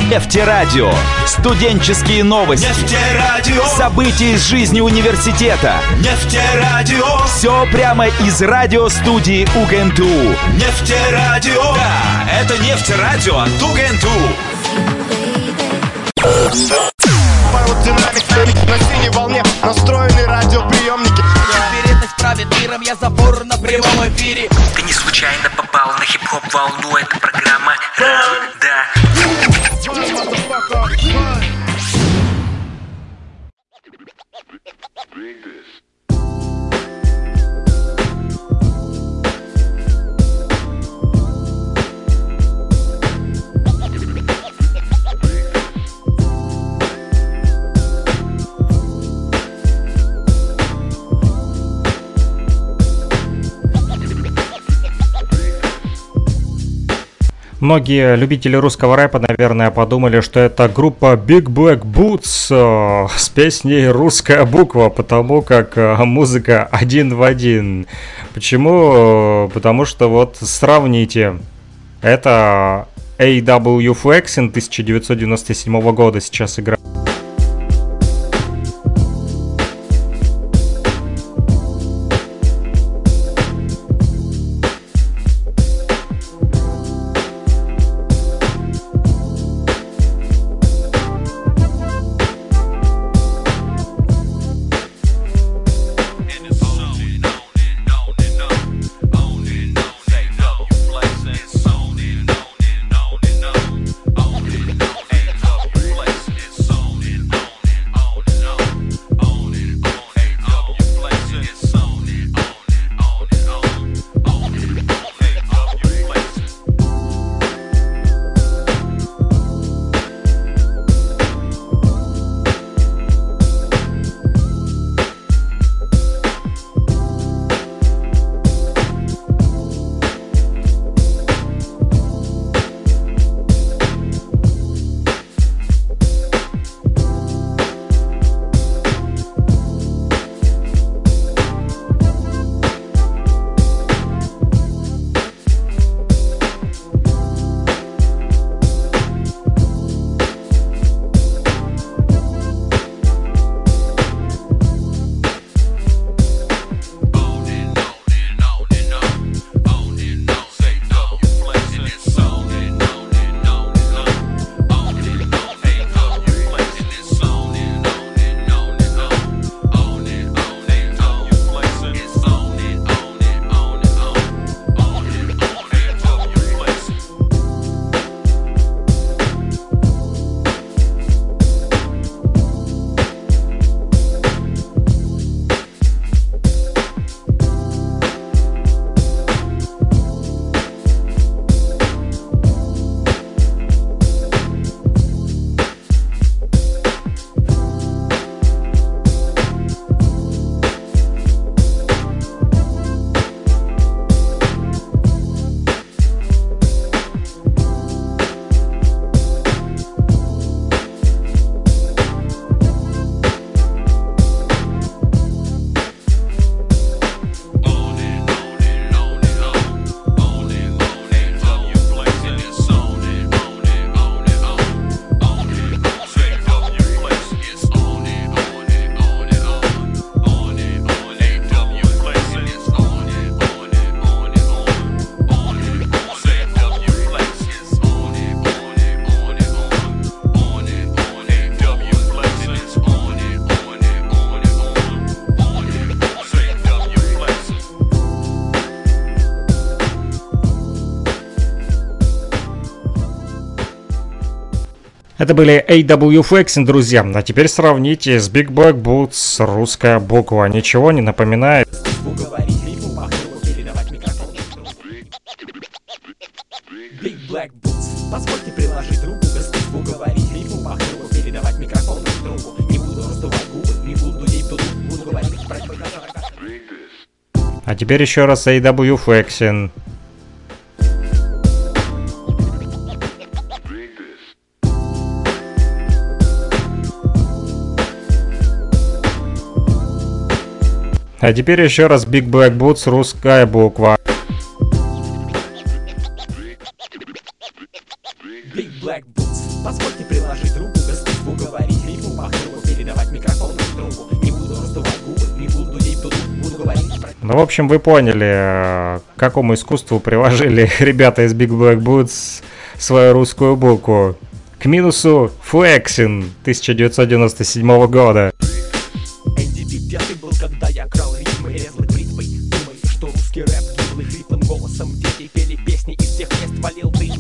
Нефтерадио. Студенческие новости. Нефтерадио. События из жизни университета. Нефтерадио. Все прямо из радиостудии УГНТУ. Нефтерадио. Да, это Нефтерадио от УГНТУ. Динамик на синей волне настроены радиоприемники. Вероятность правит миром, я забор на прямом эфире. Ты не случайно попал на хип-хоп волну, это программа да. Многие любители русского рэпа, наверное, подумали, что это группа Big Black Boots с песней «Русская буква», потому как музыка один в один. Почему? Потому что вот сравните, это A.W. Flexin 1997 года сейчас играет. Это были A.W. Flexin, друзья. А теперь сравните с Big Black Boots «Русская буква». Ничего не напоминает? Big Black Boots. Позвольте приложить руку к искусству говорить рифму по хрупу, передавать микрофон друг другу. Не буду раздувать губы, не буду ей тут, буду говорить про А теперь еще раз A.W. Flexin. А теперь еще раз Big Black Boots «Русская буква». Big Black Boots. Позвольте приложить руку к искусству, говорить рифму по кругу, передавать микрофон друг другу. Не буду раздувать губы, не буду дудеть в дуду, буду говорить про... Ну, в общем, вы поняли, к какому искусству приложили ребята из Big Black Boots свою русскую букву. К минусу Flexing 1997 года. NDB пятый был, когда я крал ритмы, резал бритвой. Думаете, что русский рэп гиблый хриплым голосом дети пели песни, из всех мест валил дым.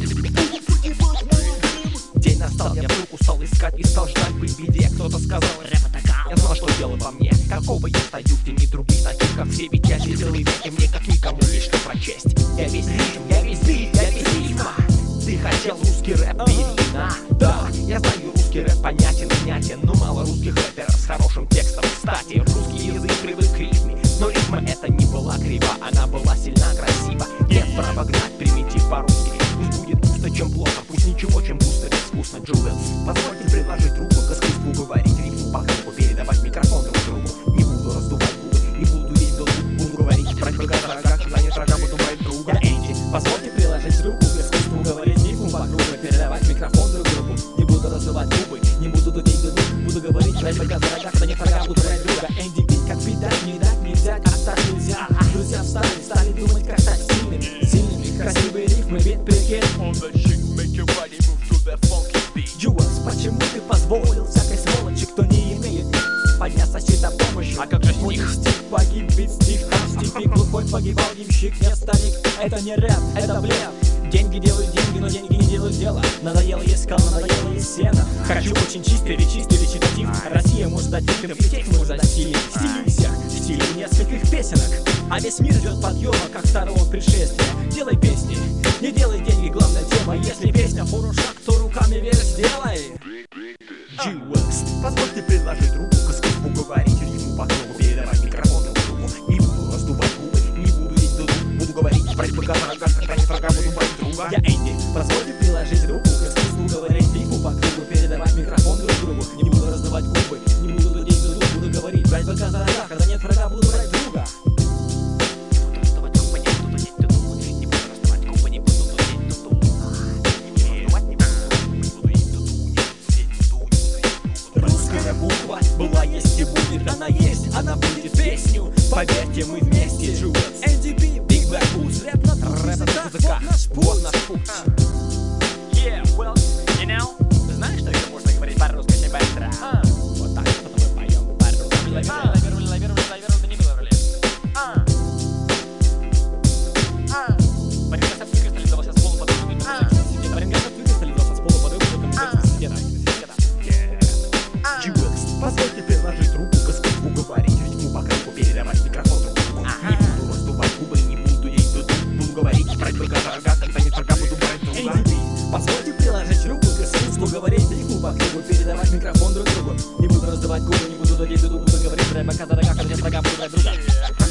День настал, я вдруг устал искать и стал ждать бы в беде. Кто-то сказал, рэп атака. Я знал, что дело во мне. Какого я стою в тени других, таких как все, ведь я сидел и век, и мне как никому есть что прочесть. Я весь ритм, я весь бит, я весь рифма. Ты хотел русский рэп, бери на. Да, я знаю, русский рэп понятен, внятен, но мало русских рэперов с хорошим текстом. Кстати, русский язык привык к рифме, но рифма эта не была крива, она была сильно красива. Нет права гнать примитив по-русски. Пусть будет пусто, чем плохо, пусть ничего, чем пусто, безвкусно. Джулиус, позвольте приложить руку к искусству, говорить рифму по кругу, передавать микрофон друг другу. Не буду раздувать губы, не буду есть дуду, буду говорить про врага, когда нет врага, буду брать друга. Я Энди, позвольте приложить руку к искусству, говорить рифму по кругу, передавать микрофон друг другу. Не буду раздувать губы, не буду дудеть дуду, буду говорить про врага, когда нет врага, буду брать друга. Энди, как видать, не дать, не взять, а так нельзя. Друзья встали, стали думать, как стать сильными, сильными, красивые рифмы, ведь прикинь. Юас, почему ты позволил всякой сволочи, кто не имеет подняться с чьей-то помощью? А как же стих? Стих погиб, ведь стих там стихи, глухой погибал ямщик, нет старик. Это не рэп, это блеф. Деньги делают деньги, но деньги не делают дело. Надоело есть скал, надоело есть сено. Хочу очень чистый или читатив. Россия может дать ритм, и текст может дать стиль. Стиль у всех, стиль у нескольких песенок. А весь мир ждет подъема, как второго пришествия. Делай песни, не делай деньги, главная тема. Если песня в шаг, то руками вверх сделай. G-Wax, позвольте предложить руку к искусству, говорить рифму по кругу, передавать микрофон друг другу. Не буду раздувать губы, не буду есть дуду, буду говорить про врага, когда нет врага, буду брать друга. Я Энди, позвольте приложить руку к искусству, говорить рифму по кругу, передавать микрофон друг другу. Не буду раздувать губы, не буду дудеть дуду, буду говорить про врага, когда нет врага, буду брать друга. Была, есть и будет, она есть, она будет песню. Поверьте, мы вместе. Джулиус, NDB, Big Black Boots, рэп на двух языках, вот наш путь. Yeah, well, you know, ты знаешь, что еще можно говорить по-русски очень быстро? Вот так, потом мы поем по-русски. Лавировали, да не выловили. Паренгасов выкристаллизовался с пола под университета. Паренгасов выкристаллизовался с пола под университета. Позвольте приложить руку к искусству, говорить рифму по кругу, передавать микрофон друг другу. Не буду раздувать губы, не буду есть дуду, буду говорить про врага, когда нет врага, буду брать друга. Позвольте приложить руку к искусству, говорить рифму по кругу, передавать микрофон друг другу. Не буду раздувать губы, не буду есть дуду, буду говорить про врага, когда нет врага, буду брать друга.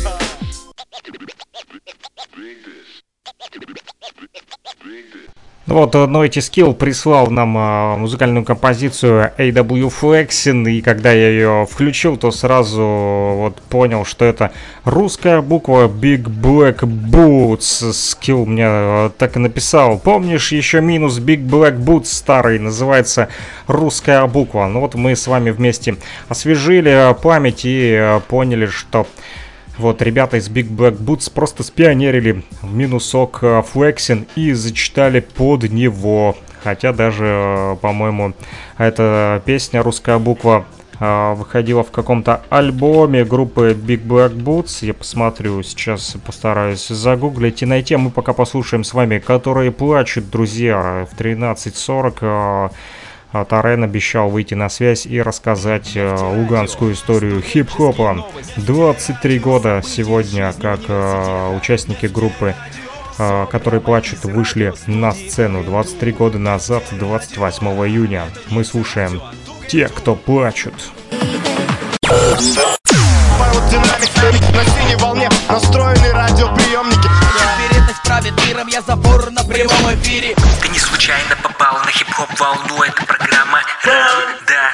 Ну вот, Noity Skill прислал нам музыкальную композицию AW Flexing, и когда я ее включил, то сразу вот понял, что это русская буква Big Black Boots. Skill мне так и написал. Помнишь еще минус Big Black Boots старый, называется русская буква. Ну вот мы с вами вместе освежили память и поняли, что... Вот ребята из Big Black Boots просто спионерили минусок Flexing и зачитали под него. Хотя даже, по-моему, эта песня «Русская буква» выходила в каком-то альбоме группы Big Black Boots. Я посмотрю, сейчас постараюсь загуглить и найти. Мы пока послушаем с вами «Которые плачут», друзья, в 13:40. Тарен обещал выйти на связь и рассказать луганскую историю хип-хопа. 23 года сегодня, как участники группы «Которые плачут», вышли на сцену. 23 года назад, 28 июня. Мы слушаем «Те, кто плачут». На синей волне настроены радиоприемники. Вероятность правит миром, я забор на прямом эфире. Ты не случайно попал на хип-хоп волну, это программа да.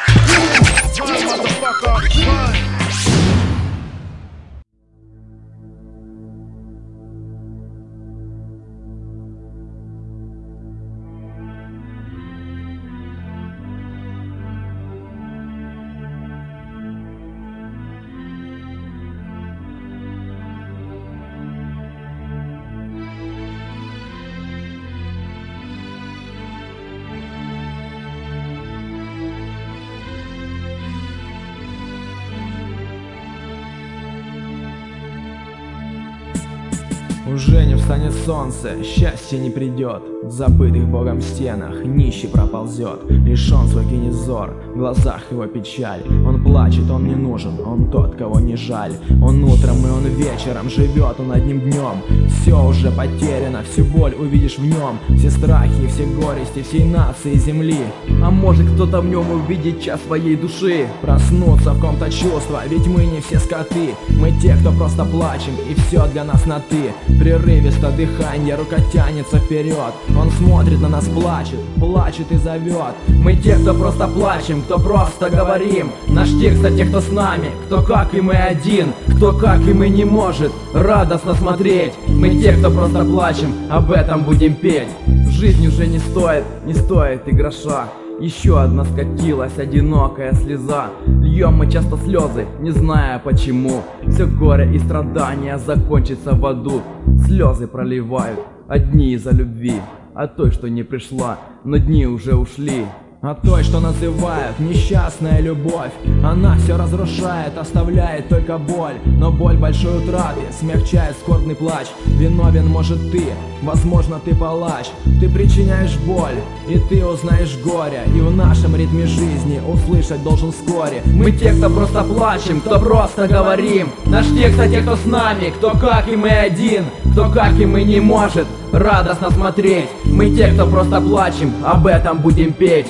Уже не встанет солнце, счастье не придет. В забытых Богом стенах нищий проползет. Лишен свой кинет взор, в глазах его печаль. Он плачет, он не нужен, он тот, кого не жаль. Он утром и он вечером, живет он одним днем. Все уже потеряно, всю боль увидишь в нем. Все страхи, все горести, всей нации земли. А может кто-то в нем увидит час своей души. Проснуться в ком-то чувства, ведь мы не все скоты. Мы те, кто просто плачем, и все для нас на ты. Прерывисто дыхание, рука тянется вперед. Он смотрит на нас, плачет, плачет и зовет. Мы те, кто просто плачем, кто просто говорим. Наш текст о тех, кто с нами, кто как и мы один, кто как и мы не может радостно смотреть. Мы те, кто просто плачем, об этом будем петь. Жизнь уже не стоит и гроша. Еще одна скатилась одинокая слеза. Льем мы часто слезы, не зная почему. Все горе и страдания закончится в аду. Слезы проливают одни из-за любви, а той, что не пришла, но дни уже ушли. А той, что называют несчастная любовь, она все разрушает, оставляет только боль. Но боль большой утраты смягчает скорбный плач. Виновен, может, ты, возможно, ты палач. Ты причиняешь боль, и ты узнаешь горе. И в нашем ритме жизни услышать должен вскоре. Мы те, кто просто плачем, кто просто говорим. Наш текст о тех, кто с нами, кто как и мы один, кто как и мы не может радостно смотреть. Мы те, кто просто плачем, об этом будем петь.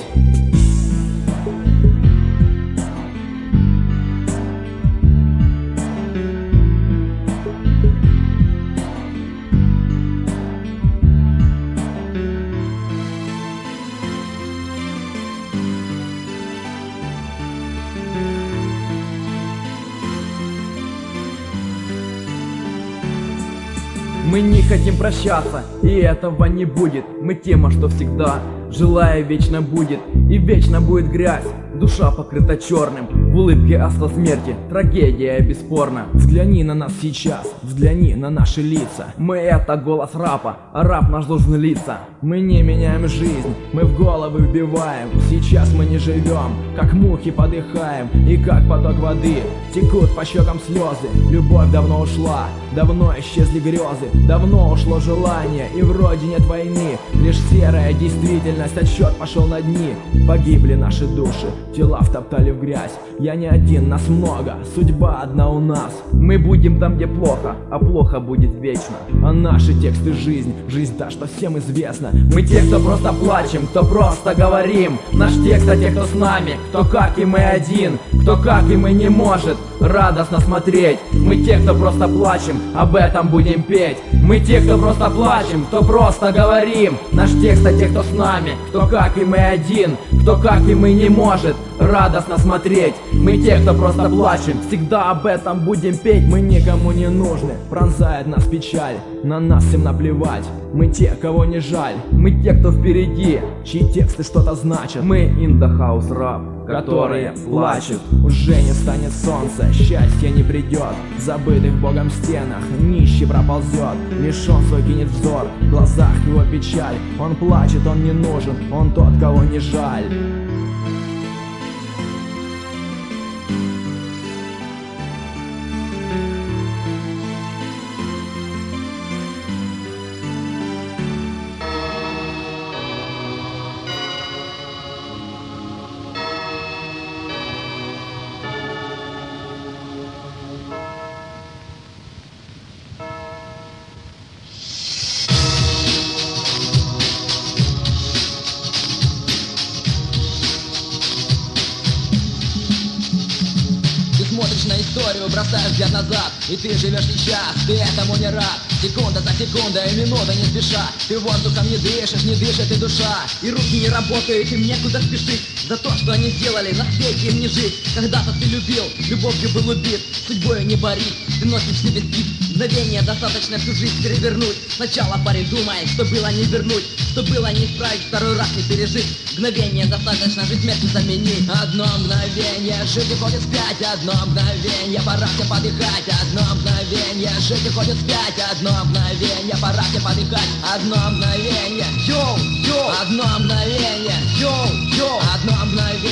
Мы не хотим прощаться, и этого не будет. Мы тема, что всегда, желая вечно будет. И вечно будет грязь, душа покрыта черным. В улыбке осла смерти, трагедия бесспорна. Взгляни на нас сейчас, взгляни на наши лица. Мы это голос рапа, а рап наш должен литься. Мы не меняем жизнь, мы в головы вбиваем. Сейчас мы не живем, как мухи подыхаем. И как поток воды текут по щекам слезы. Любовь давно ушла, давно исчезли грезы. Давно ушло желание, и вроде нет войны. Лишь серая действительность, отсчет пошел на дни. Погибли наши души, тела втоптали в грязь. Я не один, нас много, судьба одна у нас. Мы будем там, где плохо, а плохо будет вечно. А наши тексты жизнь, жизнь та, что всем известна. Мы те, кто просто плачем, кто просто говорим. Наш текст о тех, кто с нами, кто как и мы один, кто как и мы не может радостно смотреть. Мы те, кто просто плачем, об этом будем петь. Мы те, кто просто плачем, кто просто говорим. Наш текст о тех, кто с нами, кто как и мы один, кто как и мы не может радостно смотреть. Мы те, кто просто плачем, всегда об этом будем петь. Мы никому не нужны, пронзает нас печаль, на нас всем наплевать. Мы те, кого не жаль, мы те, кто впереди, чьи тексты что-то значат. Мы in the house rap, которые плачут. Уже не станет солнца, счастье не придет. В забытых Богом стенах нищий проползет. Лишен свой кинет взор, в глазах его печаль. Он плачет, он не нужен, он тот, кого не жаль. Бросаешь взгляд назад, и ты живешь сейчас, ты этому не рад. Секунда за секундой, минута не спеша. Ты воздухом не дышишь, не дышит и душа. И руки не работают, им некуда спешить. За то, что они сделали, на свете им не жить. Когда-то ты любил, любовью был убит. Судьбой не борись, ты носишь в себе стыд. Мгновение достаточно всю жизнь перевернуть. Сначала, парень, думай, что было не вернуть, что было не исправить, второй раз не пережить. Мгновение достаточно, жизнь смертью замени. Одно мгновение, жить уходит вспять. Одно мгновение, пора тебе подыхать. Одно мгновение, жить уходит вспять. Одно мгновение, пора тебе подыхать. Одно мгновение, йоу, йоу. Одно мгновение, йоу, йоу. Одно мгновение,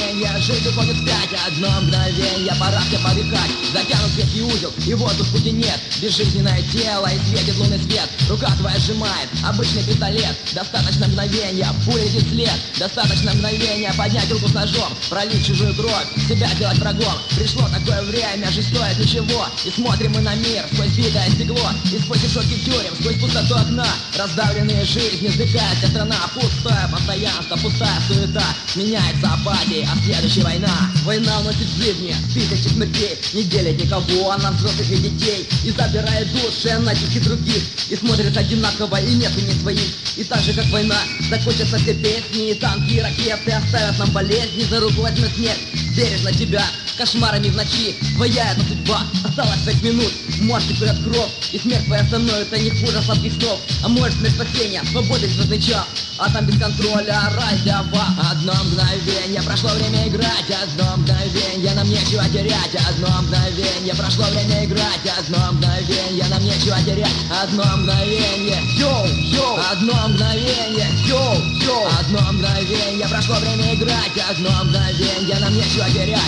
жизнь уходит вспять. Одно мгновенье, пора все подыхать. Затянут крепкий узел, и воздух в пути нет. Безжизненное тело, и светит лунный свет. Рука твоя сжимает обычный пистолет. Достаточно мгновенья, пуля здесь след. Достаточно мгновения, поднять руку с ножом, пролить чужую кровь, себя делать врагом. Пришло такое время, жизнь стоит ничего. И смотрим мы на мир сквозь битое стекло. И сквозь решетки тюрем, сквозь пустоту окна. Раздавленные жизни, сдыхается страна. Пустое постоянство, пустая суета. Меняется апатия, а следующая война. Война уносит жизни, тысячи смертей. Не делит никого на взрослых и детей. И забирает души на детей других. И смотрит одинаково, и нету не своих. И так же как война, закончатся все песни. И танки, и ракеты оставят нам болезни. За руку возьмет смерть, бережно тебя. Кошмарами в ночи, твоя эта судьба. Осталось 5 минут, может и придет кровь. И смерть твоя становится не хуже сладких снов. А может смерть спасения, свободы звездный час. А там без контроля рай для вас. Одно мгновенье, прошло время играть. Одно мгновенье, нам нечего терять. Одно мгновенье, прошло время играть. Одно мгновенье, нам нечего терять. Одно мгновенье, йоу, одно мгновенье, йоу. Одно мгновенье, прошло время играть. Одно мгновенье, нам нечего терять.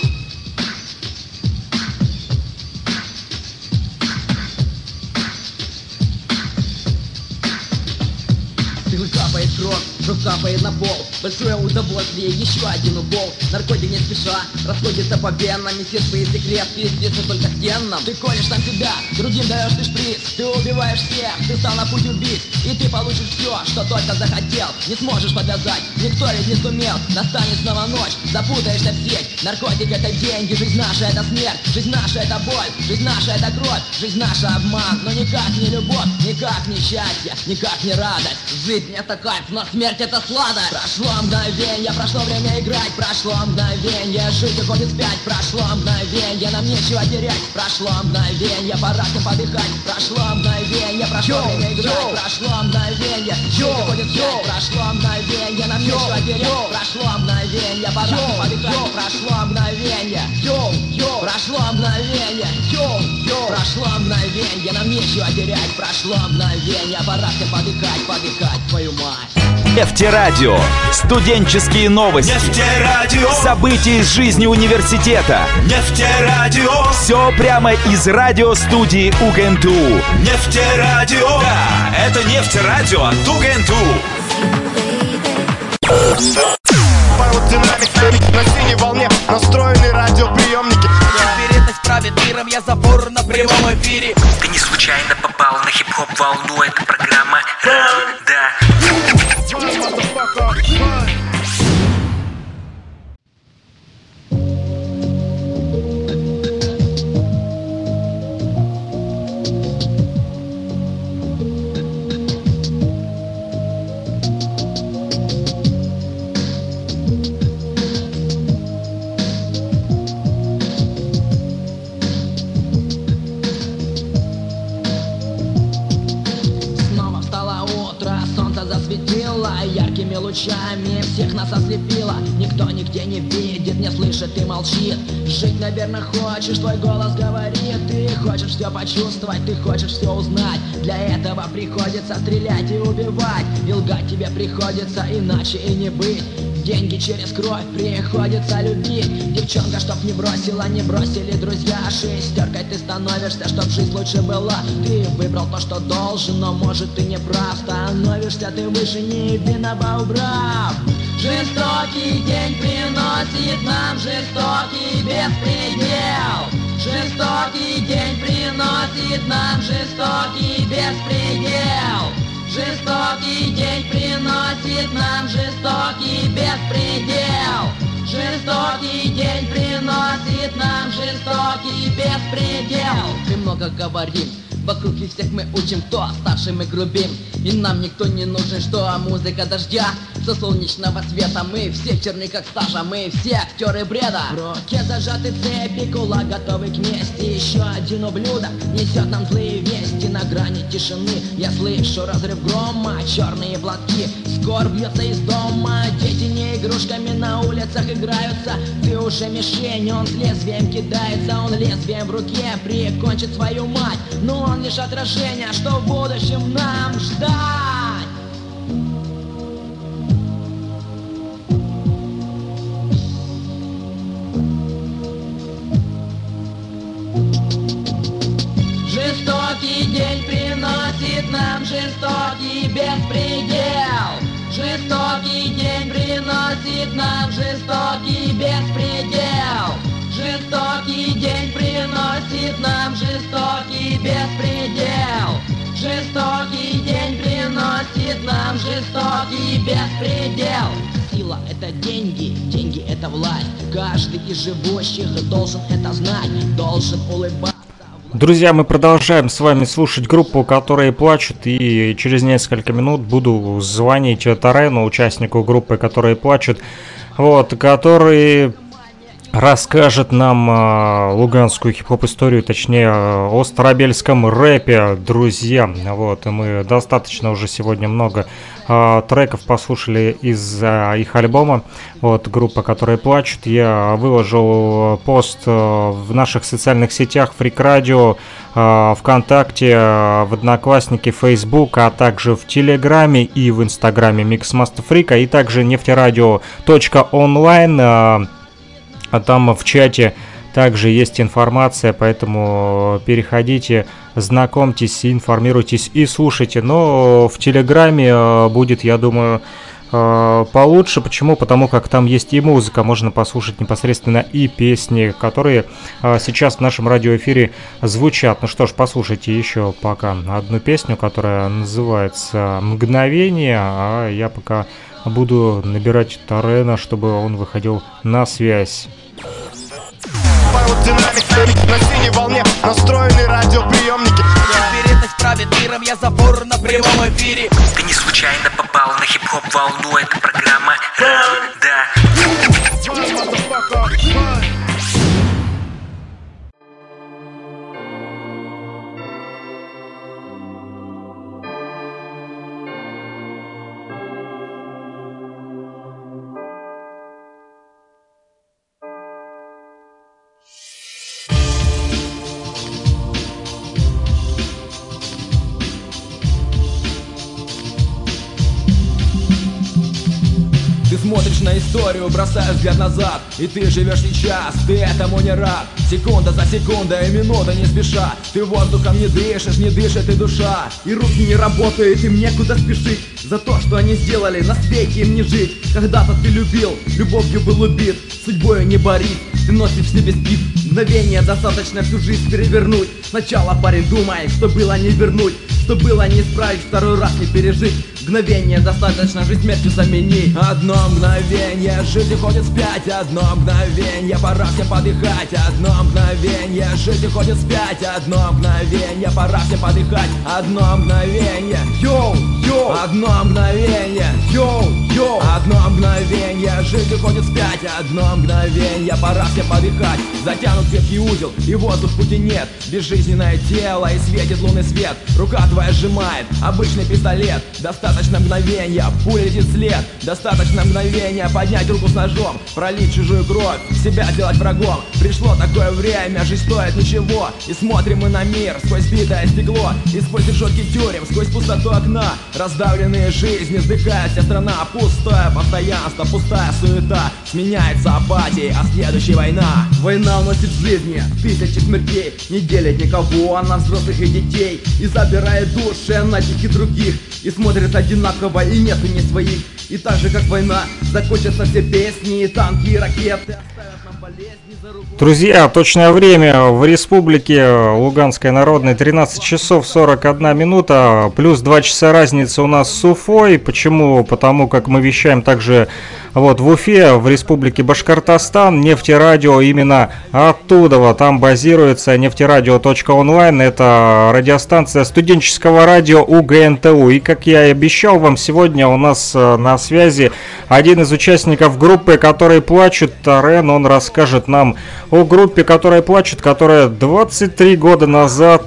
Капает кровь капает на пол. Большое удовольствие, еще один укол. Наркотик не спеша расходится по венам. Месит свои секреты, известны только стенам. Ты колешь сам себя, другим даешь ты шприц. Ты убиваешь всех, ты стал на путь убийц. И ты получишь все, что только захотел. Не сможешь подвязать, никто ведь не сумел. Настанет снова ночь, запутаешься в сеть. Наркотик это деньги, жизнь наша это смерть. Жизнь наша это боль, жизнь наша это кровь. Жизнь наша обман, но никак не любовь. Никак не счастье, никак не радость. Жизнь это кайф, но смерть это сладость. Прошло мгновенье, прошло время играть. Прошло мгновенье, жизнь уходит вспять. Прошло мгновенье, нам нечего терять. Прошло мгновенье, пора всем подыхать. Прошло мгновенье, прошло время играть. Прошло мгновенье, жизнь уходит вспять. Прошло мгновенье, нам нечего терять. Прошло мгновенье, пора всем подыхать. Прошло мгновенье, прошло мгновенье, прошло мгновенье, нам нечего терять. Прошло мгновенье, пора всем подыхать, твою мать. Нефтерадио. Студенческие новости. Нефтерадио. События из жизни университета. Нефтерадио. Все прямо из радиостудии УГНТУ. Нефтерадио. Да, это Нефтерадио от УГНТУ. Динамик на синей волне настроены радиоприемники. Вероятность правит миром, я забор на прямом эфире. Ты не случайно попал на хип-хоп волну. Это программа «Да». Яркими лучами всех нас ослепило. Никто нигде не видит, не слышит и молчит. Жить, наверное, хочешь, твой голос говорит. Ты хочешь все почувствовать, ты хочешь все узнать. Для этого приходится стрелять и убивать. И лгать тебе приходится, иначе и не быть. Деньги через кровь приходится любить. Девчонка, чтоб не бросила, не бросили друзья. Шестеркой ты становишься, чтоб жизнь лучше была. Ты выбрал то, что должен, но может ты не прав. Становишься ты выше, не единого убрав. Жестокий день приносит нам жестокий беспредел. Жестокий день приносит нам жестокий беспредел. Жестокий день приносит нам жестокий беспредел. Жестокий день приносит нам жестокий беспредел. Мы много говорим, вокруг и всех мы учим, кто старше мы грубим. И нам никто не нужен, что музыка дождя. Со солнечного света мы все черны как стажа. Мы все актеры бреда. В руке зажаты цепи, кулак готовый к мести. Еще один ублюдок несет нам злые вести. На грани тишины я слышу разрыв грома. Черные платки, скоро бьется из дома. Дети не игрушками на улицах играются. Ты уже мишень, он с лезвием кидается. Он лезвием в руке прикончит свою мать. Но он лишь отражение, что в будущем нам ждать. Жестокий день приносит нам жестокий беспредел. Сила — это деньги, деньги — это власть. Каждый из живущих должен это знать, должен улыбаться. Друзья, мы продолжаем с вами слушать группу «Которые плачут», и через несколько минут буду звонить Тарену, участнику группы «Которые плачут», вот, который расскажет нам луганскую хип-хоп-историю, точнее, о старобельском рэпе, друзья. Вот, и мы достаточно уже сегодня много треков послушали из их альбома. Вот, группа «Которые плачут». Я выложил пост в наших социальных сетях Freak Radio, ВКонтакте, в Одноклассники, Facebook, а также в Телеграме и в Инстаграме Mixmaster Freak, и также нефтерадио.онлайн. А там в чате также есть информация, поэтому переходите, знакомьтесь, информируйтесь и слушайте. Но в Телеграме будет, я думаю, получше. Почему? Потому как там есть и музыка, можно послушать непосредственно и песни, которые сейчас в нашем радиоэфире звучат. Ну что ж, послушайте еще пока одну песню, которая называется «Мгновение», а я пока буду набирать Тарена, чтобы он выходил на связь. Динамик на синей волне настроены радиоприемники. Теперь это правит миром, я забор на прямом эфире. Ты не случайно попал на хип-хоп волну, это программа да. Ты смотришь на историю, бросаешь взгляд назад, и ты живешь сейчас, ты этому не рад. Секунда за секундой, минута не спеша. Ты воздухом не дышишь, не дышит и душа. И руки не работают, им некуда спешить. За то, что они сделали, на свете им не жить. Когда-то ты любил, любовью был убит, судьбою не борись, ты носишь в себе спит. Мгновение достаточно всю жизнь перевернуть. Сначала, парень, думай, что было не вернуть, что было не исправить, второй раз не пережить. Мгновение достаточно, жизнь смертью замени. Одно мгновение, жизнь уходит вспять. Одно мгновение, пора всем подыхать. Одно мгновение, жизнь уходит вспять. Одно мгновение, пора всем подыхать. Одно мгновение, йоу, йоу. Одно мгновение, йоу, йоу. Одно мгновение, жизнь уходит вспять. Одно мгновение, пора всем подыхать. Затянут крепкий узел, и воздух в пути нет. Безжизненное тело, и светит лунный свет. Рука твоя сжимает обычный пистолет. Достаточно мгновения, пуля летит вслед. Достаточно мгновения, поднять руку с ножом, пролить чужую кровь, себя сделать врагом. Пришло такое время, жизнь стоит ничего. И смотрим мы на мир сквозь битое стекло, и сквозь решетки тюрем, сквозь пустоту окна. Раздавленные жизни, вздыхает вся страна. Пустое постоянство, пустая суета. Сменяется апатией, а следующая война. Война уносит жизни, тысячи смертей. Не делит никого, на взрослых и детей. И забирает души на тихих других. И смотрит одинаково, и нету не своих. И так же, как война, закончатся все песни, и танки, и ракеты оставят нам болезни за руку. Друзья, точное время в Республике Луганской Народной 13 часов 41 минута, плюс 2 часа разницы у нас с Уфой. Почему? Потому как мы вещаем также вот в Уфе, в Республике Башкортостан. Нефтерадио именно оттуда, там базируется нефтерадио.онлайн. Это радиостанция студенческого радио УГНТУ. И как я и обещал вам, сегодня у нас на связи один из участников группы «Которые плачут», Тарен. Он расскажет нам о группе «Которые плачут», которая 23 года назад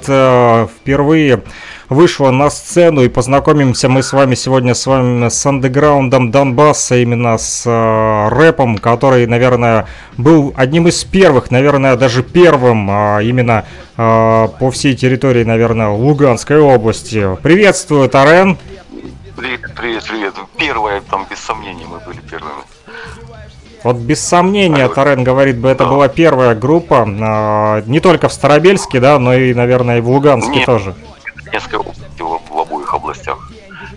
впервые вышла на сцену, и познакомимся мы с вами сегодня с андеграундом Донбасса, именно с рэпом, который, наверное, был одним из первых, наверное, даже первым именно по всей территории, наверное, Луганской области. Приветствую, Тарен. Привет, привет, привет. Первое, там, без сомнений, мы были первыми. Вот без сомнения, Тарен говорит, бы это была первая группа, не только в Старобельске, да, но и, наверное, и в Луганске тоже. Несколько в обоих областях.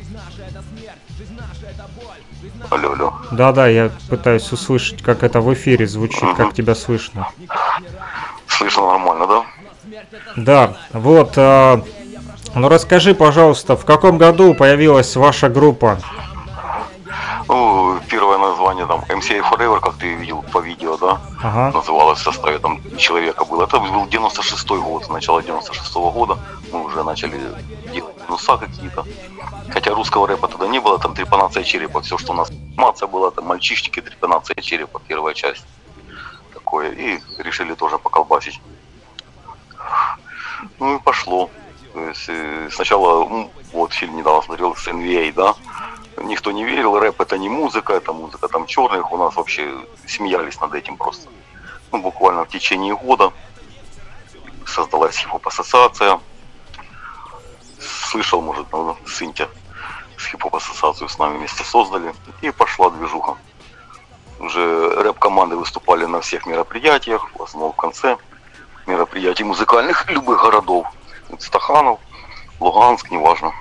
Алло, алло. Да-да, я пытаюсь услышать, как это в эфире звучит, как тебя слышно. Слышно нормально, да? Да, вот, Ну расскажи, пожалуйста, в каком году появилась ваша группа? Ну, первое название там MCA Forever, как ты видел по видео, да? Ага. Называлось в составе там человека было. Это был 96-й год, начало 96-го года. Мы уже начали делать минуса какие-то. Хотя русского рэпа тогда не было, там трепанация черепа. Все, что у нас информация была, там мальчишники, трепанация черепа, первая часть. Такое. И решили тоже поколбасить. Ну и пошло. То есть сначала, вот фильм недавно смотрел с NVA, да? Никто не верил, рэп это не музыка, это музыка там черных. У нас вообще смеялись над этим просто. Ну, буквально в течение года создалась хип-хоп ассоциация. Слышал, может, ну, Сынтя с хип-хоп ассоциацию с нами вместе создали. И пошла движуха. Уже рэп-команды выступали на всех мероприятиях, в основном в конце мероприятий музыкальных любых городов. Стаханов, Луганск, неважно.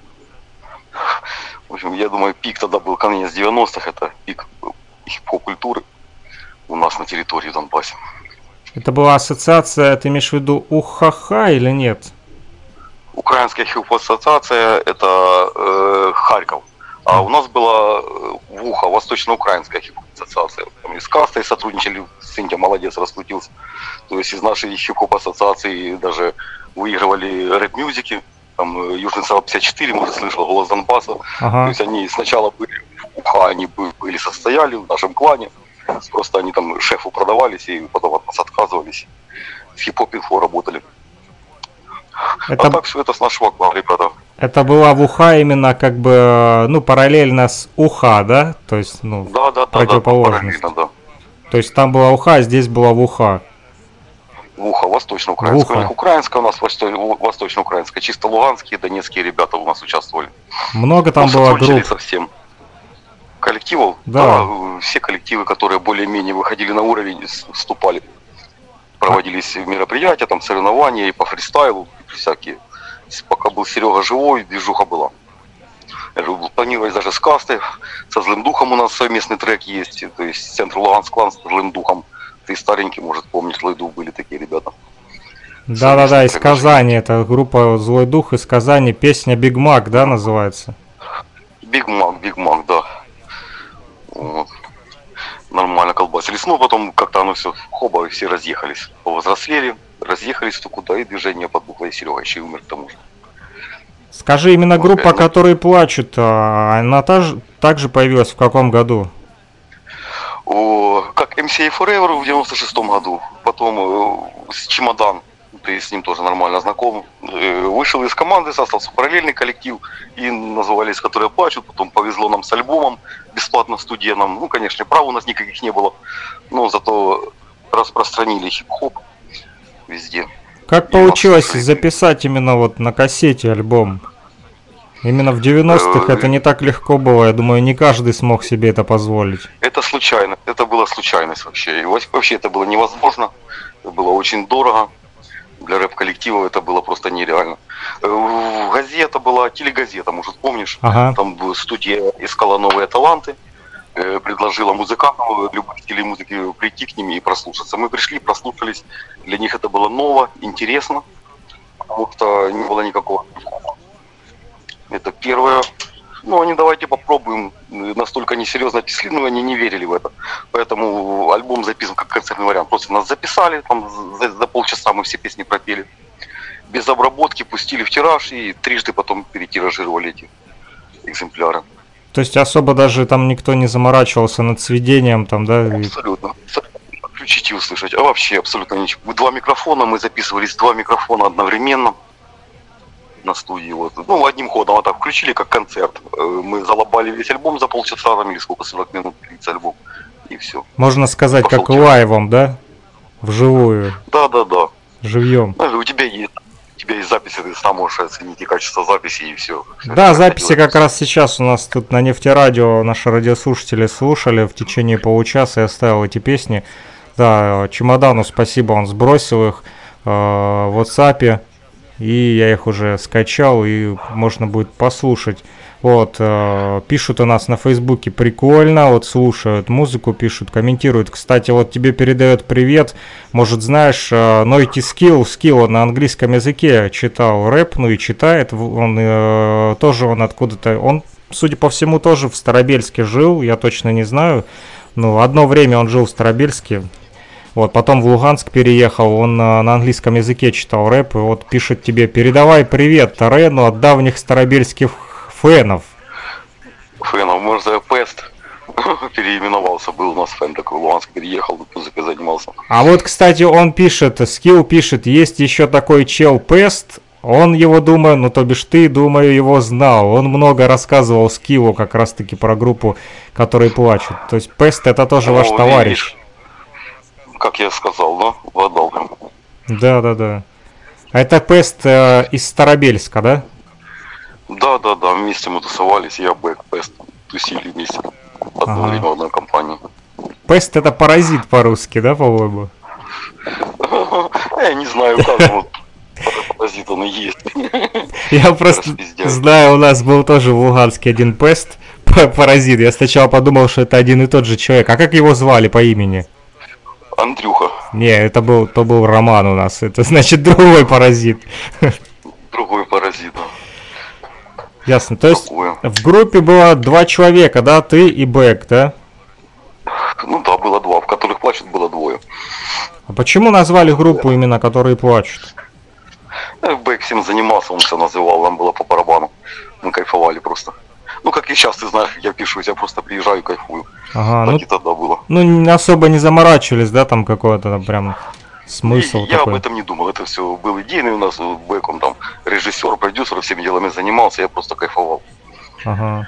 В общем, я думаю, пик тогда был конец 90-х, это пик хип-хоп культуры у нас на территории Донбасса. Это была ассоциация, ты имеешь в виду УХХ или нет? Украинская хип-хоп ассоциация это Харьков. А у нас была ВУХА, Восточно-Украинская хип-хоп ассоциация. Там и с Кастой сотрудничали, Сынтя молодец, раскрутился. То есть из нашей хип-хоп ассоциации даже выигрывали рэп-мюзики. Там Южный Сава 54, может, слышал, Голос Донбасса. Ага. То есть они сначала были в УХА, они были состояли в нашем клане. Просто они там шефу продавались и потом от нас отказывались. С хип-хоп-инфо работали. Это... А так все это с нашего клана, ребята. Это была ВУХА именно как бы, ну, параллельно с УХА, да? То есть, ну, да, противоположность. Да. То есть там была УХА, а здесь была ВУХА. ВУХА, восточно-украинская. У них украинская, у нас восточно-украинская. Чисто луганские, донецкие ребята у нас участвовали. Много там было групп? Совсем. Коллективов? Да. Все коллективы, которые более-менее выходили на уровень, вступали. Проводились мероприятия, там соревнования и по фристайлу, и всякие. Пока был Серега живой, движуха была. Планировались даже с Кастой, со Злым Духом у нас совместный трек есть. То есть центр Луганск клан с Злым Духом. Ты старенький, может, помнишь, Злой Дух были такие ребята. Да, из Казани. Это группа Злой Дух из Казани. Песня Биг Мак, да, называется? Биг Мак, да. Вот. Нормально колбасились. Ну, потом как-то оно все, хоба, все разъехались. Повзрослели, разъехались то куда, и движение подбухло, и Серега еще и умер к тому же. Скажи, именно группа, которые плачут, она также появилась в каком году? Как MCA Forever в 96-м году. Потом с Чемодан, ты с ним тоже нормально знаком. Вышел из команды, создался параллельный коллектив, и назывались «Которые плачут». Потом повезло нам с альбомом бесплатно в студии нам. Ну, конечно, прав у нас никаких не было, но зато распространили хип-хоп везде. Как получилось записать именно вот на кассете альбом? Именно в 90-х это не так легко было, я думаю, не каждый смог себе это позволить. Это случайно, это была случайность вообще. И вообще это было невозможно, это было очень дорого. Для рэп-коллектива это было просто нереально. Газета была, телегазета, может, помнишь? Ага. Там студия искала новые таланты, предложила музыкантам любых стилей музыки прийти к ним и прослушаться. Мы пришли, прослушались, для них это было ново, интересно, потому что не было никакого. Это первое. Ну, они давайте попробуем. Настолько несерьезно отнесли, но они не верили в это. Поэтому альбом записан как концертный вариант. Просто нас записали, там за полчаса мы все песни пропели. Без обработки пустили в тираж и трижды потом перетиражировали эти экземпляры. То есть особо даже там никто не заморачивался над сведением там, да? Абсолютно. Включить и услышать. А вообще абсолютно ничего. 2 микрофона, мы записывались 2 микрофона одновременно на студии. Вот. Ну, одним ходом вот так включили, как концерт. Мы залобали весь альбом за полчаса, там, или сколько, 40 минут длится альбом. И все. Можно сказать, пошел как лайвом, да? Вживую. Да. Живьем. Ну, у тебя есть записи, ты сам можешь оценить и качество записи, и все. Да, записи как раз сейчас у нас тут на Нефтерадио наши радиослушатели слушали в течение получаса, я оставил эти песни. Да, Чемодану спасибо, он сбросил их в WhatsApp, и я их уже скачал, и можно будет послушать. Вот, пишут у нас на Фейсбуке, прикольно, вот слушают музыку, пишут, комментируют. Кстати, вот тебе передает привет, может, знаешь, Нойти Скилл, он на английском языке читал рэп, ну и читает, он тоже он откуда-то, он, судя по всему, тоже в Старобельске жил, я точно не знаю, ну, одно время он жил в Старобельске. Вот, потом в Луганск переехал, он на английском языке читал рэп, и вот пишет тебе: передавай привет Тарену от давних старобельских фенов. Может, Пест переименовался, был у нас фэн такой, в Луганск переехал, музыкой занимался. А вот, кстати, он пишет, Скилл пишет, есть еще такой чел Пест, он его, думаю, ну, то бишь ты, думаю, его знал, он много рассказывал Скиллу как раз-таки про группу, которые плачут. То есть Пест это тоже ваш товарищ. Как я сказал, да? Угадал прям. Да. А это Пест из Старобельска, да? Да, вместе мы тусовались, я Бэк, Пест, тусили вместе. Одно время в одной компании. Пест это паразит по-русски, да, по-моему? Я не знаю, как вот паразит он и есть. Я просто знаю, у нас был тоже в Луганске один Пест, паразит. Я сначала подумал, что это один и тот же человек. А как его звали по имени? Андрюха. Не, это был Роман у нас. Это значит другой паразит. Другой паразит. Ясно. То есть в группе было 2 человека, да? Ты и Бэк, да? Ну да, было 2. В которых плачут было 2. А почему назвали группу именно «Которые плачут»? Бэк всем занимался, он все называл, нам было по барабану. Мы кайфовали просто. Ну, как и сейчас, ты знаешь, я пишу, я просто приезжаю и кайфую. Ага, так ну, и тогда было. Ну, особо не заморачивались, да, там какой-то там прям смысл Я такой. об этом не думал, это все был идейный у нас, Бэк, он там режиссер, продюсер, всеми делами занимался, я просто кайфовал. Ага.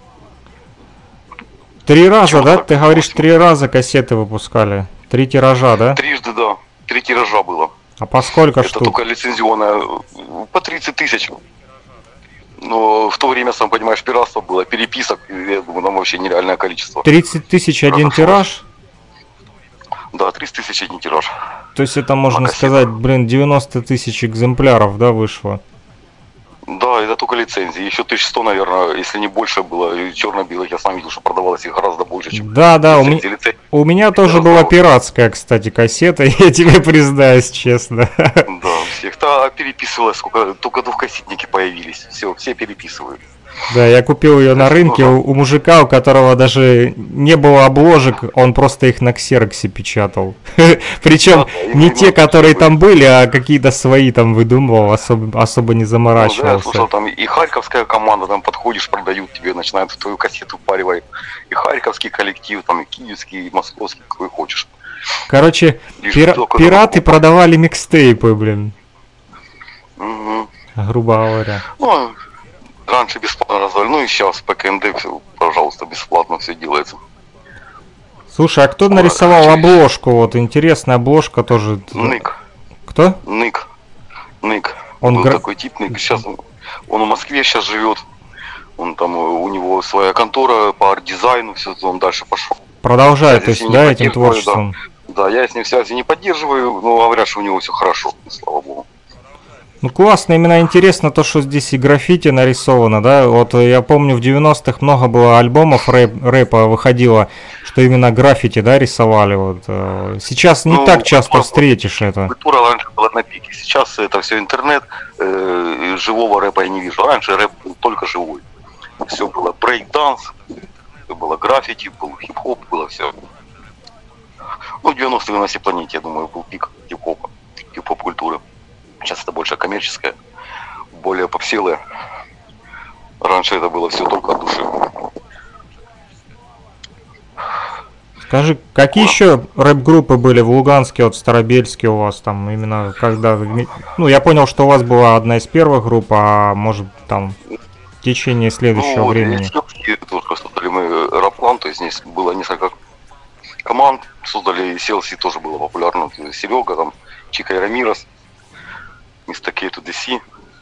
3 раза, да? Ты говоришь, 3 раза кассеты выпускали? 3 тиража, да? Трижды, да. 3 тиража было. А по сколько это штук? только лицензионная, по 30 тысяч. Но в то время, сам понимаешь, пиратство было, переписок, я думаю, там вообще нереальное количество. 30 тысяч один тираж? Да, 30 тысяч один тираж. То есть это, можно сказать, 90 тысяч экземпляров, да, вышло? Да, это только лицензии. Еще 1100, наверное, если не больше было, черно-белых, я сам видел, что продавалось их гораздо больше, чем Да, лицензии. у меня тоже была пиратская, кстати, кассета, я тебе признаюсь честно. Да, всех-то переписывалось, сколько только двухкассетники появились, все переписывают. Да, я купил ее на рынке у мужика, у которого даже не было обложек, он просто их на ксероксе печатал. Причем не те, которые там были, а какие-то свои там выдумывал, особо не заморачивался. Да, я слушал, там и харьковская команда, там подходишь, продают тебе, начинают в твою кассету впаривать. И харьковский коллектив, там и киевский, и московский, какой хочешь. Короче, пираты продавали микстейпы, блин. Грубо говоря. Ну, раньше бесплатно раздавали, ну и сейчас по КМД, пожалуйста, бесплатно все делается. Слушай, а кто нарисовал обложку? Вот интересная обложка тоже. Нык. Кто? Нык. Он был такой тип, Нык. Сейчас он в Москве сейчас живет. Он там, у него своя контора по арт-дизайну, все, он дальше пошел. Продолжает, то есть, да, этим творчеством? Да, я с ним связи не поддерживаю, но говорят, что у него все хорошо, слава богу. Ну классно, именно интересно то, что здесь и граффити нарисовано, да, вот я помню в 90-х много было альбомов рэпа выходило, что именно граффити, да, рисовали, вот, сейчас не так часто встретишь это. Культура раньше была на пике, сейчас это все интернет, живого рэпа я не вижу, раньше рэп был только живой, все было брейк-данс, было граффити, был хип-хоп, было все. Ну, в 90-е на всей планете, я думаю, был пик хип-хопа, хип-хоп культуры. Сейчас это больше коммерческое, более попселое. Раньше это было все только от души. Скажи, какие еще рэп-группы были в Луганске, вот в Старобельске у вас там именно когда... Ну, я понял, что у вас была одна из первых групп, а может там в течение следующего времени. Только создали мы Раплан, то есть здесь было несколько команд, создали CLC, тоже было популярно. Серега, там, Чика и Рамирос. Mr. K to DC.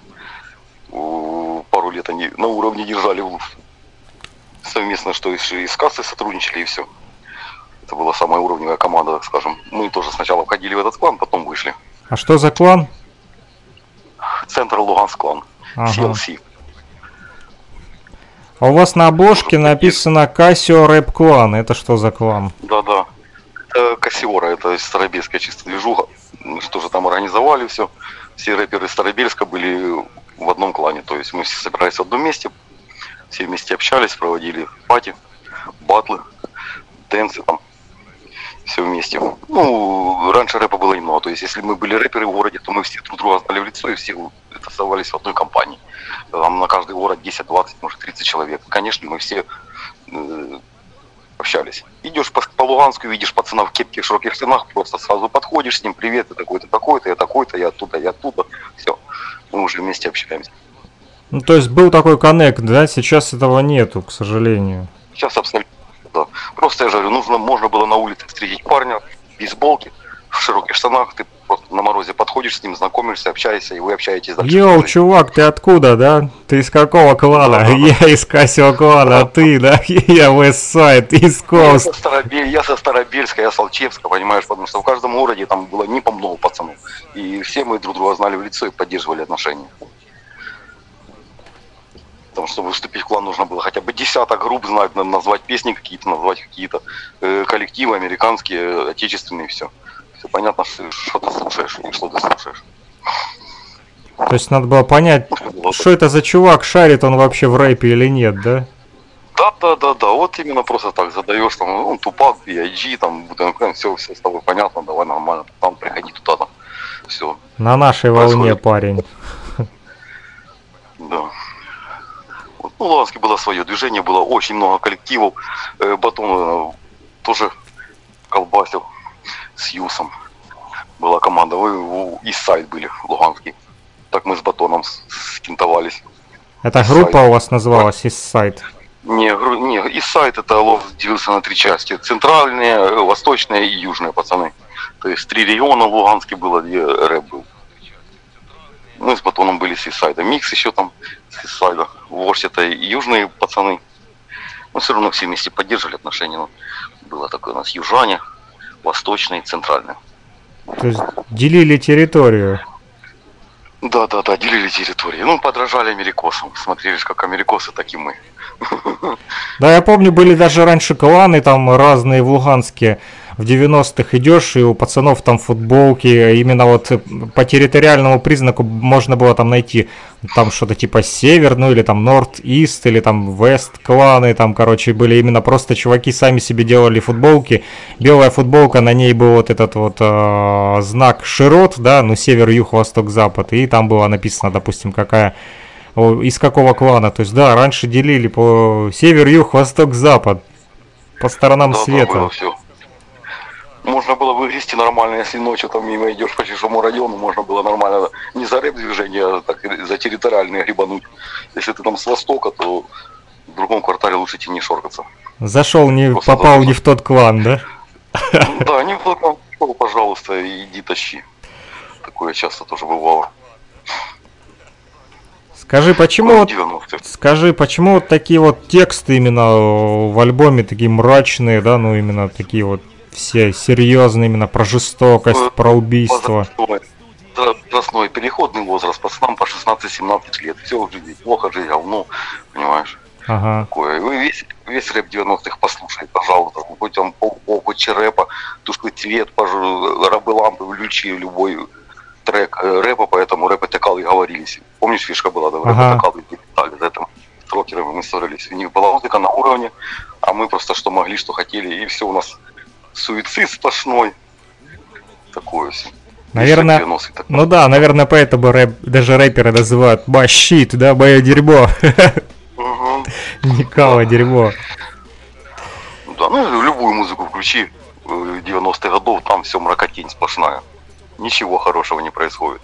Пару лет они на уровне держали совместно, что и с кассой сотрудничали, и все. Это была самая уровневая команда, так скажем. Мы тоже сначала входили в этот клан, потом вышли. А что за клан? Центр Луганск клан. CLC. А у вас на обложке написано Casio Rap Clan. Это что за клан? Да-да. Это Кассиора, это старобельская чисто движуха. Мы что же там организовали все. Все рэперы Старобельска были в одном клане. То есть мы все собирались в одном месте. Все вместе общались, проводили пати, батлы, дэнсы там. Все вместе. Ну, раньше рэпа было немного. То есть, если мы были рэперы в городе, то мы все друг друга знали в лицо и все тусовались в одной компании. Там на каждый город 10, 20, может 30 человек. Конечно, мы все общались. Идешь по Луганску, видишь пацана в кепке, в широких штанах, просто сразу подходишь с ним: привет, ты такой-то, такой-то, я такой-то, я оттуда. Все. Мы уже вместе общаемся. Ну, то есть был такой коннект, да? Сейчас этого нету, к сожалению. Сейчас абсолютно. Да. Просто я же говорю, можно было на улице встретить парня в бейсболке, в широких штанах, ты просто на морозе подходишь с ним, знакомишься, общаешься, и вы общаетесь дальше. Йоу, чувак, ты откуда, да? Ты из какого клана? Да. Я из Casio клана, а ты, да? Я Westside, East Coast. Я со Старобельска, я с Алчевска, понимаешь, потому что в каждом городе там было не по много пацанов. И все мы друг друга знали в лицо и поддерживали отношения. Потому что, чтобы выступить в клан, нужно было хотя бы десяток групп знать, назвать песни какие-то, назвать какие-то коллективы американские, отечественные, все. Все понятно, что ты слушаешь и что ты слушаешь. То есть надо было понять, что это за чувак, шарит он вообще в рэпе или нет, да? Да, вот именно просто так задаешь, там, ну, Тупак, B.I.G, там, все с тобой понятно, давай нормально, там, приходи туда, там, все. На нашей волне, парень. Да. Ну, в Луганске было свое движение, было очень много коллективов. Батон тоже колбасил с Юсом. Была команда. Вы Иссайд были в Луганске. Так мы с Батоном скинтовались. Эта группа у вас называлась Иссайд? Не, Иссайд это делился на 3 части. Центральные, восточные и южные пацаны. То есть 3 региона в Луганске было, где рэп был. Мы с Батоном были с Иссайда. Микс еще там с Иссайда. Вождь это и южные пацаны. Но все равно все вместе поддерживали отношения. Ну, было такое у нас южане, восточные и центральные. То есть делили территорию? Да, делили территории. Ну, подражали америкосам. Смотрели, как америкосы, так и мы. Да, я помню, были даже раньше кланы там разные в Луганске. В 90-х идешь, и у пацанов там футболки, именно вот по территориальному признаку можно было там найти там что-то типа Север, ну или там Норт-Ист, или там Вест кланы, там, короче, были именно просто чуваки сами себе делали футболки. Белая футболка, на ней был вот этот вот знак широт, да, ну Север, Юг, Восток, Запад, и там было написано, допустим, какая, из какого клана. То есть, да, раньше делили по Север, Юг, Восток, Запад, по сторонам света. Было все. Можно было выгрести нормально, если ночью там мимо идешь по чужому району, можно было нормально не за рэп-движение, а так и за территориальные грибануть. Если ты там с востока, то в другом квартале лучше тебе не шоркаться. Зашел, попал не в тот клан, да? Да, не в тот клан, пожалуйста, иди тащи. Такое часто тоже бывало. Скажи, почему вот такие вот тексты именно в альбоме такие мрачные, да, ну именно такие вот все серьезные, именно про жестокость, про убийство. Возрастной переходный возраст, пацанам по 16-17 лет. Все в жизни плохо, жизнь говно, понимаешь? Ага. Такое. Вы весь рэп 90-х послушайте, пожалуйста. Хоть там хоть рэпа, тушку цвет, рабы лампы, включи любой трек рэпа, поэтому рэпы текал и говорились. Помнишь, фишка была, да, рэпы текал и писали, за это с рокерами мы ссорились. У них была музыка на уровне, а мы просто что могли, что хотели, и все у нас суицид сплошной. Такое все. Наверное, ну да, наверное, поэтому даже рэперы называют «щит», да, «мое дерьмо». Никого дерьмо. Да, ну любую музыку включи 90-х годов, там все мракотень сплошная. Ничего хорошего не происходит.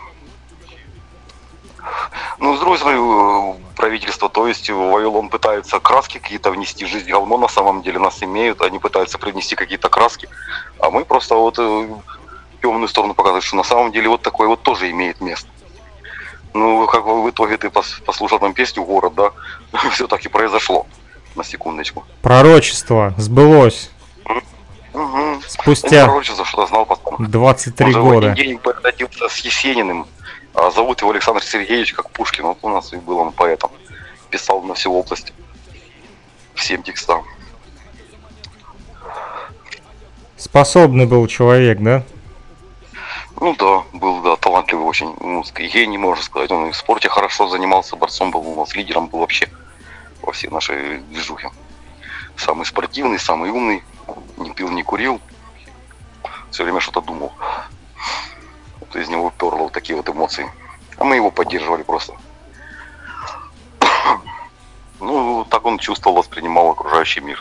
Ну, с другой стороны, правительство, то есть Вавилон пытается краски какие-то внести, жизнь говно на самом деле нас имеют, они пытаются привнести какие-то краски, а мы просто вот темную сторону показываем, что на самом деле вот такое вот тоже имеет место. Ну, как в итоге ты послушал там песню «Город», да, все так и произошло, на секундочку. Пророчество сбылось. Угу. Спустя пророчество, что-то знал потом. 23 года. Он же день породился с Есениным. А зовут его Александр Сергеевич, как Пушкин. Вот у нас и был он поэтом. Писал на всю область. всем текстам. Способный был человек, да? Ну да, был, да, талантливый очень, гений, можно сказать. Он и в спорте хорошо занимался, борцом был у нас, лидером был вообще во всей нашей движухе. Самый спортивный, самый умный, не пил, не курил, все время что-то думал. Вот из него перло вот такие вот эмоции. А мы его поддерживали просто. Ну, так он чувствовал, воспринимал окружающий мир.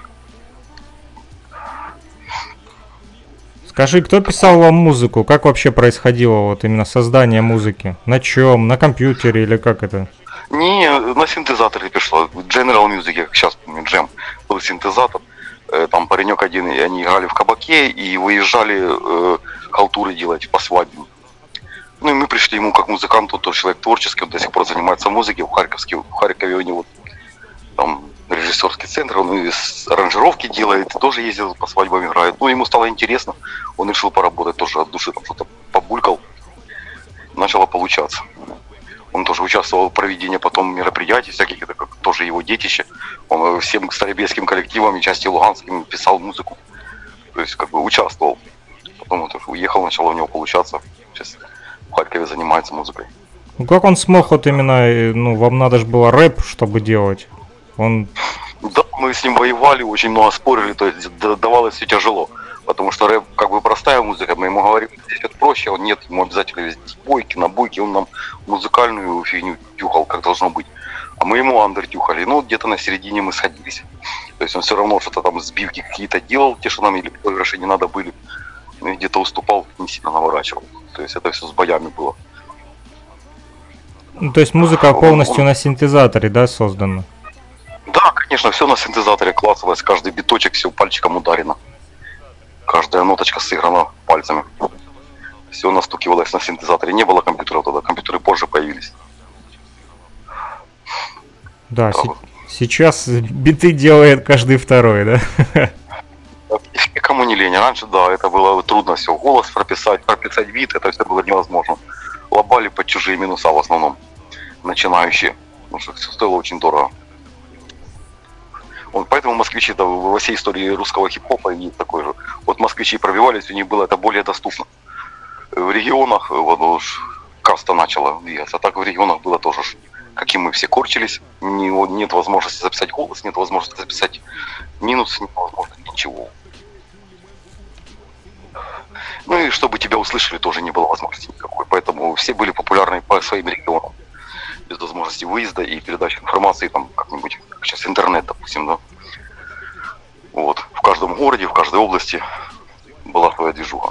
Скажи, кто писал вам музыку? Как вообще происходило вот именно создание музыки? На чем? На компьютере или как это? Не, на синтезаторе пришло. General Music, я сейчас помню, Джем, был синтезатор. Там паренек один, и они играли в кабаке и выезжали халтуры делать по свадьбе. Ну и мы пришли ему как музыканту, тот человек творческий, он до сих пор занимается музыкой в Харькове у него там режиссерский центр, он и аранжировки делает, тоже ездил по свадьбам играет. Ну ему стало интересно, он решил поработать тоже от души, там что-то побулькал, начало получаться. Он тоже участвовал в проведении потом мероприятий всяких, это как тоже его детище. Он всем старобельским коллективам и части луганским писал музыку. То есть как бы участвовал. Потом он тоже уехал, начало у него получаться. Сейчас в Харькове занимается музыкой. Ну как он смог вот именно, ну вам надо же было рэп, чтобы делать? Он... Да, мы с ним воевали, очень много спорили, то есть давалось все тяжело. Потому что рэп как бы простая музыка, мы ему говорим, здесь это проще, он нет, ему обязательно везде бойки, набойки, он нам музыкальную фигню тюхал, как должно быть. А мы ему андер тюхали, ну где-то на середине мы сходились. То есть он все равно что-то там сбивки какие-то делал, те, что нам или проигрыши не надо были. Ну и где-то уступал, не сильно наворачивал. То есть это все с боями было. Ну, то есть музыка полностью на синтезаторе, да, создана? Да, конечно, все на синтезаторе клацалось, каждый биточек, все пальчиком ударено. Каждая ноточка сыграна пальцами. Все настукивалось на синтезаторе. Не было компьютеров тогда, компьютеры позже появились. Да, сейчас биты делает каждый второй, да? Кому не лень. Раньше, да, это было трудно все. Голос прописать бит, это все было невозможно. Лобали под чужие минуса в основном. Начинающие. Потому что все стоило очень дорого. Вот поэтому москвичи, да, во всей истории русского хип-хопа есть такой же. Вот москвичи пробивались, у них было это более доступно. В регионах вот уж каста начала двигаться, так в регионах было тоже, каким мы все корчились. Нет возможности записать голос, нет возможности записать минус, нет возможности ничего. Ну и чтобы тебя услышали, тоже не было возможности никакой. Поэтому все были популярны по своим регионам. Без возможности выезда и передачи информации, там как-нибудь, как сейчас интернет, допустим, да. Вот. В каждом городе, в каждой области была своя движуха.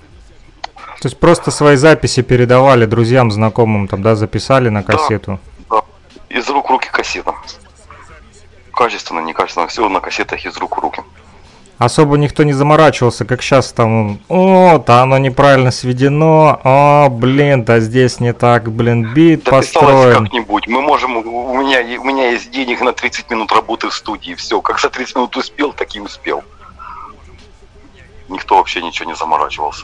То есть просто свои записи передавали друзьям, знакомым, там, да, записали на кассету? Да, да. Из рук в руки кассета. Качественно, некачественно, все на кассетах из рук в руки. Особо никто не заморачивался, как сейчас там, да оно неправильно сведено, блин, да здесь не так, блин, бит построен. Как-нибудь, мы можем, у меня есть денег на 30 минут работы в студии, все, как за 30 минут успел, так и успел. Никто вообще ничего не заморачивался.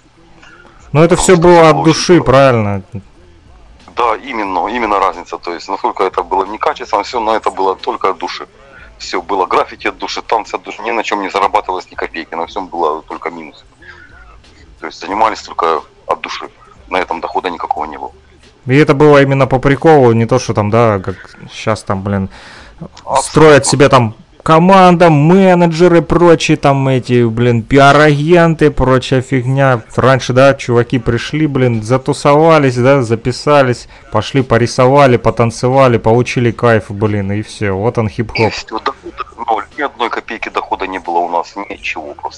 Но это все было от души, правильно? Да, именно разница, то есть насколько это было некачественно, все, но это было только от души. Все было граффити от души, танцы от души, ни на чем не зарабатывалось ни копейки, на всем было только минус. То есть занимались только от души, на этом дохода никакого не было. И это было именно по приколу, не то, что там, да, как сейчас там, блин, строят себе там команда, менеджеры, прочие там эти, блин, пиар-агенты, прочая фигня. Раньше, да, чуваки пришли, блин, затусовались, да, записались, пошли порисовали, потанцевали, получили кайф, блин, и все. Вот он хип-хоп. Ни одной копейки дохода не было у нас, ничего просто.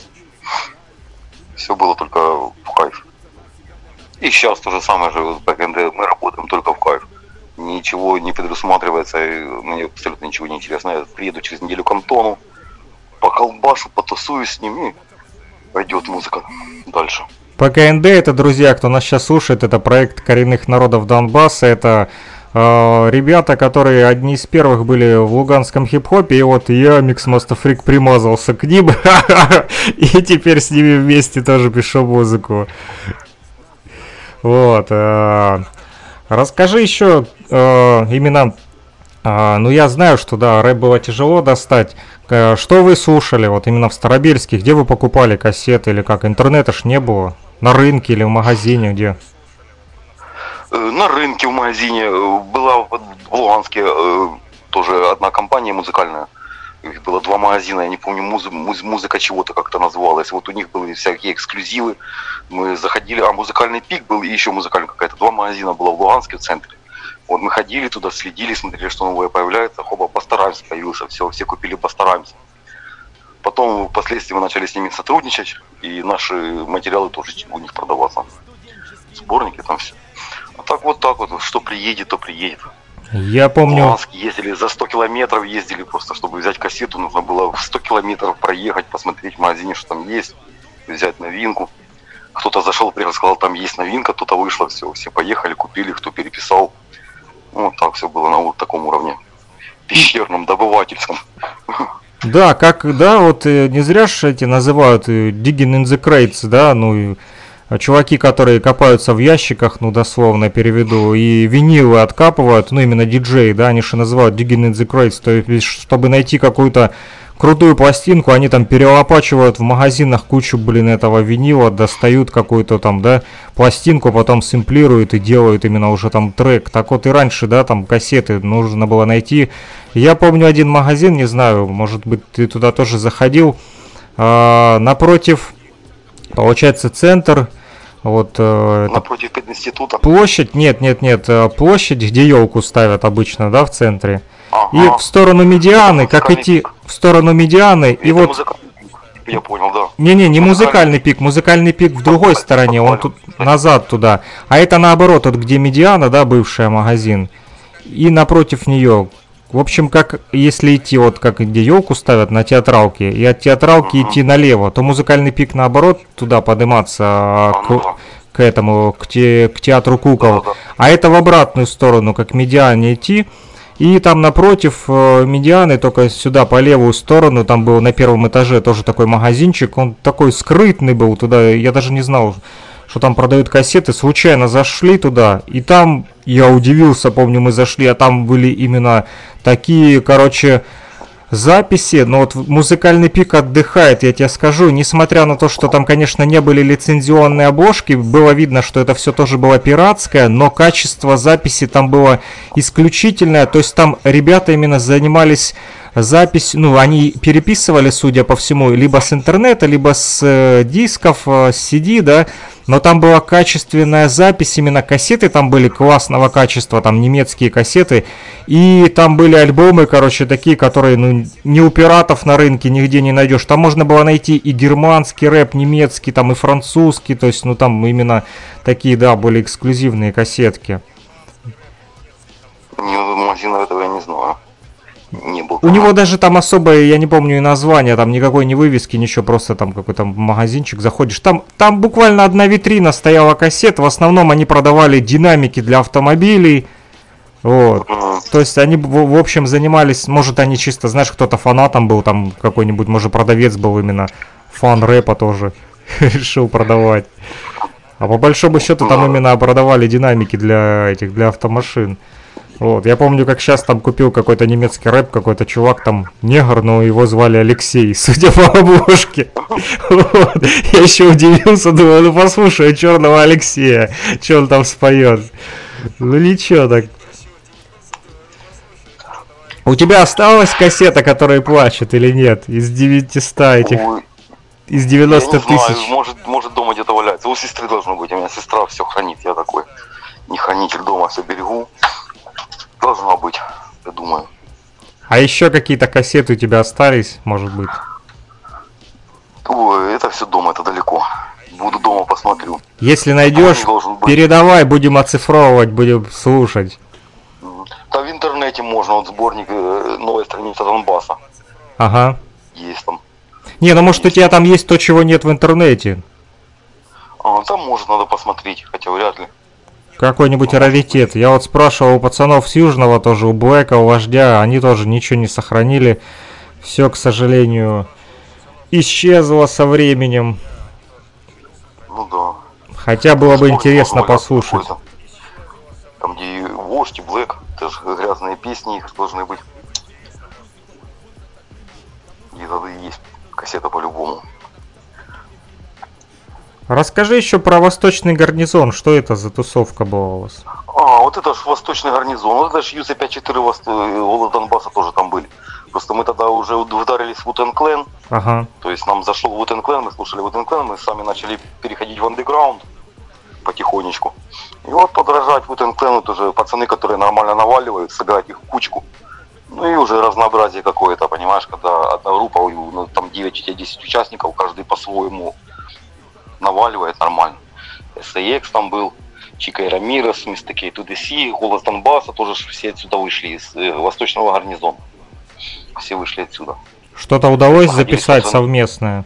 Все было только в кайф. И сейчас то же самое же, мы работаем только в кайф. Ничего не предусматривается, мне абсолютно ничего не интересно. Я приеду через неделю к Антону, поколбашу, потусуюсь с ним, и пойдет музыка дальше. ПКНД, это, друзья, кто нас сейчас слушает, это проект коренных народов Донбасса, это ребята, которые одни из первых были в луганском хип-хопе, и вот я, Mixmaster Freak, примазался к ним, и теперь с ними вместе тоже пишу музыку. Вот. Расскажи еще именно Ну, я знаю, что, да, рэп было тяжело достать. Что вы слушали вот именно в Старобельске? Где вы покупали кассеты или как? Интернета ж не было. На рынке или в магазине, где? На рынке, в магазине. Была в Луганске тоже одна компания музыкальная. Их было 2 магазина, я не помню, музыка чего-то как-то называлась. Вот у них были всякие эксклюзивы. Мы заходили, музыкальный пик был, и еще музыкальная какая-то. 2 магазина было в Луганске, в центре. Вот мы ходили туда, следили, смотрели, что новое появляется. Хоба, Постараемся появился, все купили Постараемся. Потом впоследствии мы начали с ними сотрудничать, и наши материалы тоже у них продаваться. Сборники там все. А так вот, что приедет, то приедет. Я помню... В Луганск ездили, за 100 километров ездили просто, чтобы взять кассету, нужно было 100 километров проехать, посмотреть в магазине, что там есть, взять новинку. Кто-то зашел, приехал, сказал, там есть новинка, кто-то вышло, все поехали, купили, кто переписал. Вот так все было на вот таком уровне, пещерном, добывательском. Да, вот не зря же эти называют digging in the crates, да, ну и чуваки, которые копаются в ящиках, ну дословно переведу, и винилы откапывают, ну именно диджеи, да, они же называют digging in the crates, то есть чтобы найти какую-то крутую пластинку, они там перелопачивают в магазинах кучу, этого винила, достают какую-то там, да, пластинку, потом сэмплируют и делают именно уже там трек. Так вот и раньше, да, там кассеты нужно было найти. Я помню один магазин, не знаю, может быть ты туда тоже заходил, напротив, получается, центр, вот... Напротив пединститута? Площадь, нет, площадь, где елку ставят обычно, да, в центре. И в сторону Медианы, как идти в сторону Медианы, и вот... Я понял, да. Не музыкальный пик в другой стороне, он тут назад туда. А это наоборот, вот где Медиана, да, бывшая магазин, и напротив нее. В общем, как если идти вот как где елку ставят на театралке, и от театралки идти налево, то музыкальный пик наоборот туда подниматься к этому, к театру кукол. А это в обратную сторону, как к Медиане идти. И там напротив Медианы, только сюда по левую сторону, там был на первом этаже тоже такой магазинчик, он такой скрытный был, туда я даже не знал, что там продают кассеты, случайно зашли туда, и там, я удивился, помню, мы зашли, а там были именно такие, короче, записи, но вот музыкальный пик отдыхает, я тебе скажу, несмотря на то, что там, конечно, не были лицензионные обложки, было видно, что это все тоже было пиратское, но качество записи там было исключительное, то есть там ребята именно занимались записью, ну, они переписывали, судя по всему, либо с интернета, либо с дисков, с CD, да, но там была качественная запись, именно кассеты там были классного качества, там немецкие кассеты, и там были альбомы, короче, такие, которые, ну, не у пиратов на рынке нигде не найдешь, там можно было найти и германский рэп, немецкий, там и французский, то есть, ну, там именно такие, да, были эксклюзивные кассетки. Магазина этого я не знаю. Не был. У него даже там особое, я не помню и название, там никакой не вывески, ничего, просто там какой-то магазинчик заходишь. Там буквально одна витрина стояла кассет, в основном они продавали динамики для автомобилей. Вот. То есть они, в общем, занимались, может, они чисто, знаешь, кто-то фанатом был, там какой-нибудь, может, продавец был именно, фан рэпа тоже, решил продавать. А по большому счету там именно продавали динамики для автомашин. Вот, я помню, как сейчас там купил какой-то немецкий рэп, какой-то чувак там, негр, но его звали Алексей, судя по обложке. Вот. Я еще удивился, думаю, ну послушай черного Алексея, что он там споет. Ну ничего так. У тебя осталась кассета, которая плачет или нет? Из 900 этих, из 90 тысяч. Может дома где-то валяется. У сестры должно быть, у меня сестра все хранит, я такой не хранитель, дома все берегу. Должна быть, я думаю. А еще какие-то кассеты у тебя остались, может быть? Ой, это все дома, это далеко. Буду дома, посмотрю. Если найдешь, передавай, будем оцифровывать, будем слушать. Да в интернете можно, вот сборник «Новая страница Донбасса». Ага. Есть там. Не, ну может у тебя там есть то, чего нет в интернете. Там может надо посмотреть, хотя вряд ли. Какой-нибудь раритет. Я вот спрашивал у пацанов с Южного, тоже у Блэка, у Вождя, они тоже ничего не сохранили. Все, к сожалению, исчезло со временем. Ну да. Хотя было бы интересно послушать. Там где и Вождь, и Блэк, Это же грязные песни, их должны быть. И тогда и есть кассета по-любому. Расскажи еще про Восточный гарнизон. Что это за тусовка была у вас? Вот это ж Восточный гарнизон. Вот это ж ЮЗ-54 Голос Донбасса тоже там были. Просто мы тогда уже ударились в Wu-Tang Clan. Ага. То есть нам зашел Wu-Tang Clan, мы слушали Wu-Tang Clan, мы сами начали переходить в андеграунд потихонечку. И вот подражать Wu-Tang Clan тоже пацаны, которые нормально наваливают, собирать их в кучку. Ну и уже разнообразие какое-то, понимаешь, когда одна группа, ну, там 9-10 участников, каждый по-своему наваливает нормально. SAX там был, Чика и Рамирес, Mr. K2DC, Голос Донбасса, тоже все отсюда вышли, из Восточного гарнизона. Все вышли отсюда. Что-то удалось записать совместное?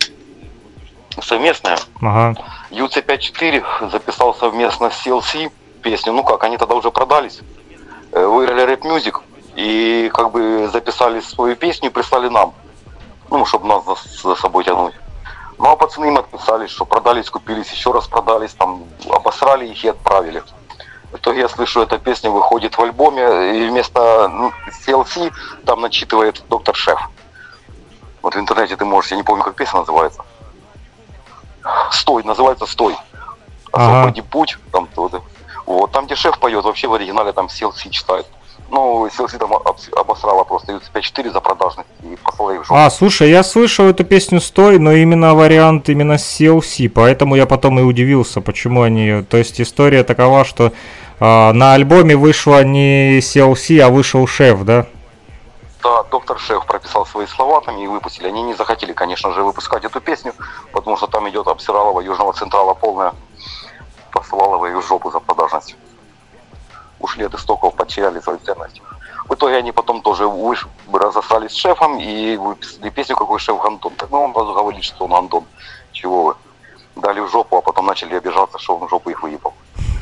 Совместное? Ага. UC54 записал совместно с CLC песню. Ну как, они тогда уже продались, выиграли Rap Music и как бы записали свою песню и прислали нам. Ну, чтобы нас за собой тянуть. Ну а пацаны им отписались, что продались, купились, еще раз продались, там обосрали их и отправили. В итоге я слышу, эта песня выходит в альбоме, и вместо CLC там начитывает Доктор Шеф. Вот в интернете ты можешь, я не помню, как песня называется. «Стой», называется «Стой». «Освободи путь», там то-то. Вот, там, где Шеф поет, вообще в оригинале там CLC читает. Ну, CLC там обосрала просто UC54 за продажность и послала их в жопу. Слушай, я слышал эту песню «Стой», но именно вариант именно с CLC, поэтому я потом и удивился, почему они... То есть история такова, что на альбоме вышло не CLC, а вышел Шеф, да? Да, Доктор Шеф прописал свои слова там и выпустили. Они не захотели, конечно же, выпускать эту песню, потому что там идет обсиралова Южного Централа полная. Посылала ее в жопу за продажность. Ушли от истоков, потеряли свою ценность. В итоге они потом тоже разосрались с Шефом и выписали песню, какой Шеф Гандон. Ну, он сразу говорит, что он Гандон. Чего вы? Дали в жопу, а потом начали обижаться, что он в жопу их выебал.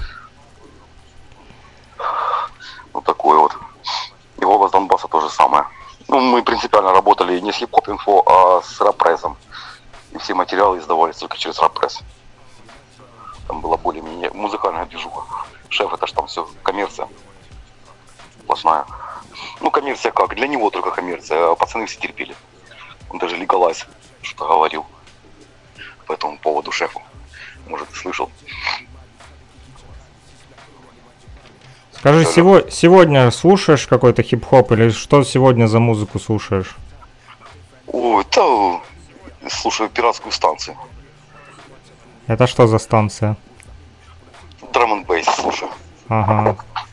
Вот такое вот. И Голос Донбасса то же самое. Ну, мы принципиально работали не с хип-хоп-инфо, а с рэп-прессом. И все материалы издавались только через рэп-пресс. Там была более-менее музыкальная движуха. Шеф, это ж там все коммерция. Сплошная. Ну, коммерция как? Для него только коммерция, а пацаны все терпели. Он даже легалайз что-то говорил по этому поводу Шефу. Может, ты слышал. Скажи, сегодня слушаешь какой-то хип-хоп или что сегодня за музыку слушаешь? Ой, это слушаю пиратскую станцию. Это что за станция? Drum and Bass слушаю. Ага.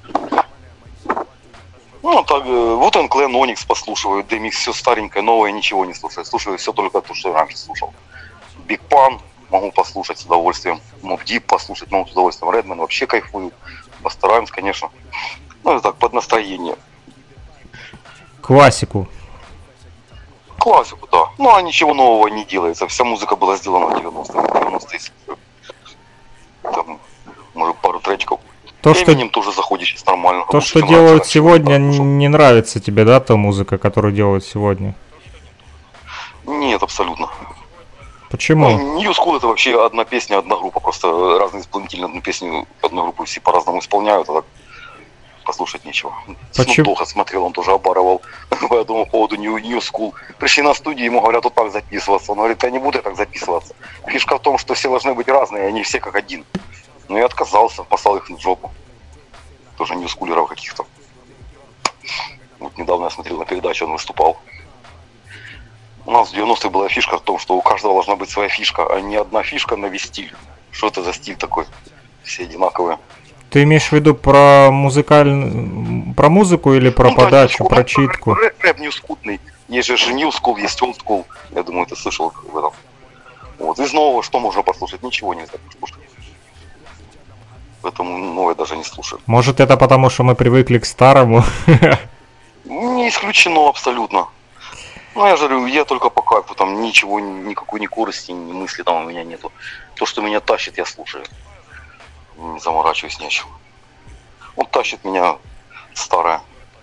Ну, так, Wu-Tang Clan, Onyx послушиваю, DMX, все старенькое, новое, ничего не слушаю. Слушаю все только то, что раньше слушал. Big Pun могу послушать с удовольствием. Mobb Deep послушать могу с удовольствием. Redman вообще кайфую. Постараемся, конечно. Ну, это так, под настроение. Классику. Классику, да. Ну, а ничего нового не делается. Вся музыка была сделана в 90-е. Там, может, пару тречков. То, Эминем тоже заходит сейчас нормально. То, что делают сегодня, не нравится тебе, да, та музыка, которую делают сегодня? Нет, абсолютно. Почему? Ну, New School — это вообще одна песня, одна группа. Просто разные исполнители одну песню, одну группу все по-разному исполняют, а так послушать нечего. Почему? Снуп Догга смотрел, он тоже обарывал по этому поводу New School. Пришли на студию, ему говорят, вот так записываться. Он говорит, я не буду так записываться. Фишка в том, что все должны быть разные, они все как один. Ну и отказался, послал их в жопу. Тоже ньюскулеров каких-то. Вот недавно я смотрел на передачу, он выступал. У нас в 90-х была фишка в том, что у каждого должна быть своя фишка, а не одна фишка на весь стиль. Что это за стиль такой? Все одинаковые. Ты имеешь в виду про про музыку или про подачу, да, про читку? Рэп ньюскутный. Есть же new school, есть old school. Я думаю, ты слышал об этом. Вот. Из нового что можно послушать? Ничего нельзя послушать. Поэтому новое даже не слушаю. Может, это потому, что мы привыкли к старому? Не исключено абсолютно. Ну, я же говорю, я только по кайфу, там ничего, никакой ни корости, ни мысли там у меня нету. То, что меня тащит, я слушаю. Не заморачиваюсь ни о чем. Он тащит меня старое.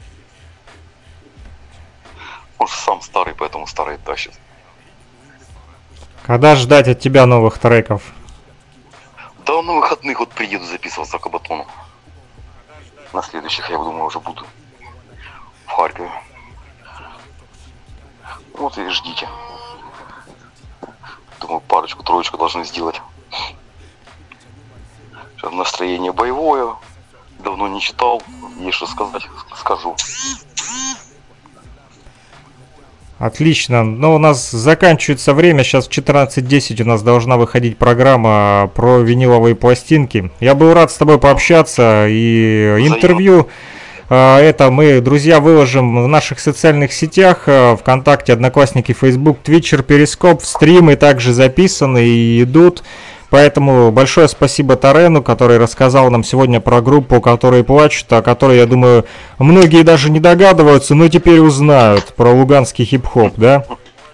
Он же сам старый, поэтому старый тащит. Когда ждать от тебя новых треков? Да на выходных вот приеду записываться к Абатону. На следующих, я думаю, уже буду в Харькове. Вот и ждите. Думаю, парочку-троечку должны сделать. Сейчас настроение боевое. Давно не читал. Есть что сказать, скажу. Отлично. Но у нас заканчивается время. Сейчас в 14:10 у нас должна выходить программа про виниловые пластинки. Я был рад с тобой пообщаться. И интервью это мы, друзья, выложим в наших социальных сетях. ВКонтакте, Одноклассники, Фейсбук, Твичер, Перископ. Стримы также записаны и идут. Поэтому большое спасибо Тарену, который рассказал нам сегодня про группу «Которые плачут», о которой, я думаю, многие даже не догадываются, но теперь узнают про луганский хип-хоп, да?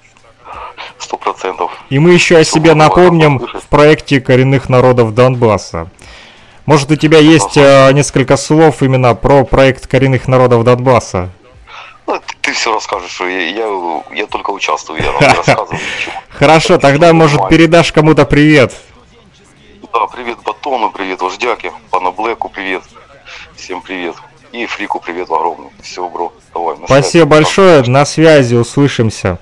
100%. И мы еще о себе напомним в проекте коренных народов Донбасса. Может, у тебя есть несколько слов именно про проект коренных народов Донбасса? Ну, ты все расскажешь, я только участвую, я не рассказываю ничего. Хорошо, тогда, может, передашь кому-то привет. Да, привет Батону, привет Вождяке, Пану Блэку привет, всем привет. И Фрику привет огромный. Все, бро, давай. Спасибо большое, на связи, услышимся.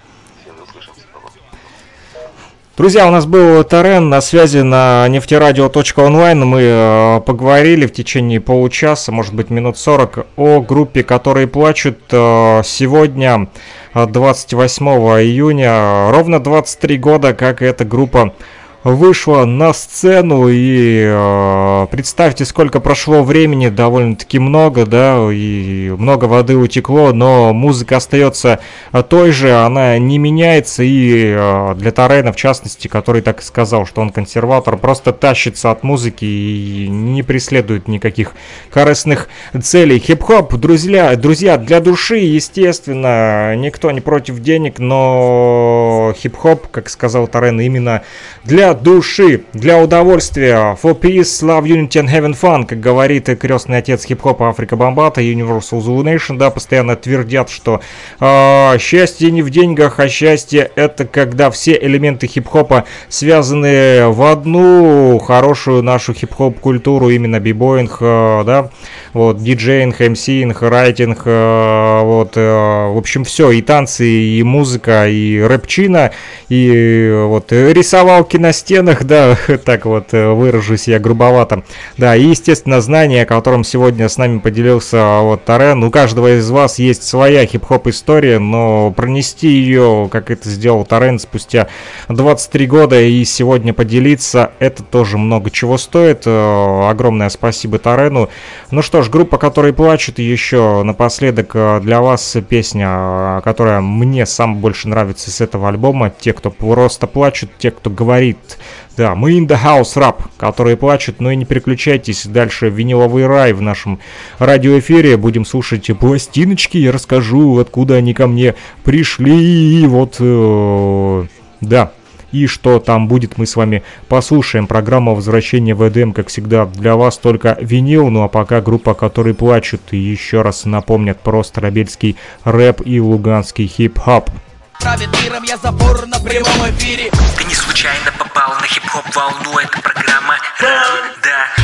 Друзья, у нас был Тарен на связи на нефтерадио.онлайн. Мы поговорили в течение получаса, может быть минут 40, о группе «Которые плачут». Сегодня, 28 июня, ровно 23 года, как эта группа вышла на сцену, и представьте, сколько прошло времени, довольно-таки много, да, и много воды утекло, но музыка остается той же, она не меняется, и для Тарена, в частности, который так и сказал, что он консерватор, просто тащится от музыки и не преследует никаких корыстных целей. Хип-хоп, друзья, для души, естественно, никто не против денег, но хип-хоп, как сказал Тарен, именно для души, для удовольствия. For peace, love, unity and having fun, как говорит крестный отец хип-хопа Африка Бомбата, Universal Zulu Nation, да, постоянно твердят, что счастье не в деньгах, а счастье это когда все элементы хип-хопа связаны в одну хорошую нашу хип-хоп культуру, именно бибоинг, да, вот, диджеинг, эмсиинг, райтинг, вот, в общем, все, и танцы, и музыка, и рэпчина, и вот рисовалки на стенах, да, так вот выражусь я грубовато, да, и, естественно, знание, которым сегодня с нами поделился вот Тарен. У каждого из вас есть своя хип-хоп история, но пронести ее, как это сделал Тарен спустя 23 года, и сегодня поделиться, это тоже много чего стоит. Огромное спасибо Тарену. Ну что ж, группа «Которые плачут», еще напоследок для вас песня, которая мне сам больше нравится с этого альбома. Те, кто просто плачут, те, кто говорит. Да, мы in the house rap, которые плачут, но и не переключайтесь, дальше виниловый рай в нашем радиоэфире, будем слушать пластиночки, я расскажу, откуда они ко мне пришли, и вот, да, и что там будет, мы с вами послушаем. Программа «Возвращение в Эдем», как всегда, для вас только винил, ну а пока группа «Которые плачут» и еще раз напомнят про старобельский рэп и луганский хип-хоп. Правит миром я забор на прямом эфире. Ты не случайно попал на хип-хоп волну, это программа да.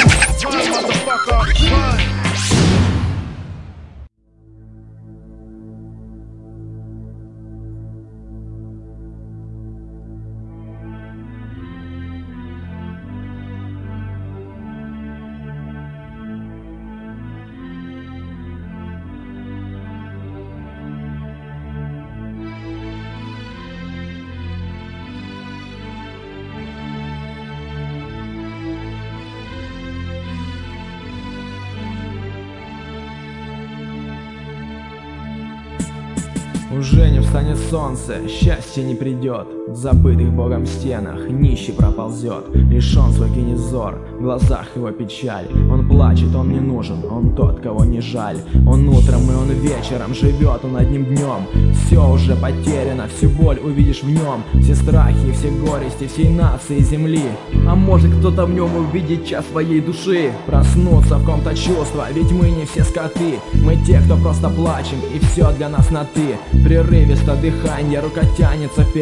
Уже не встанет солнце, счастье не придет. В забытых Богом стенах нищий проползет. Лишен свой кинет взор, в глазах его печаль. Он плачет, он не нужен, он тот, кого не жаль. Он утром и он вечером, живет он одним днем. Все уже потеряно, всю боль увидишь в нем. Все страхи, все горести, всей нации земли. А может кто-то в нем увидит час своей души. Проснуться в ком-то чувства, ведь мы не все скоты. Мы те, кто просто плачем, и все для нас на ты. Прерывисто дыхание, рука тянется вперед.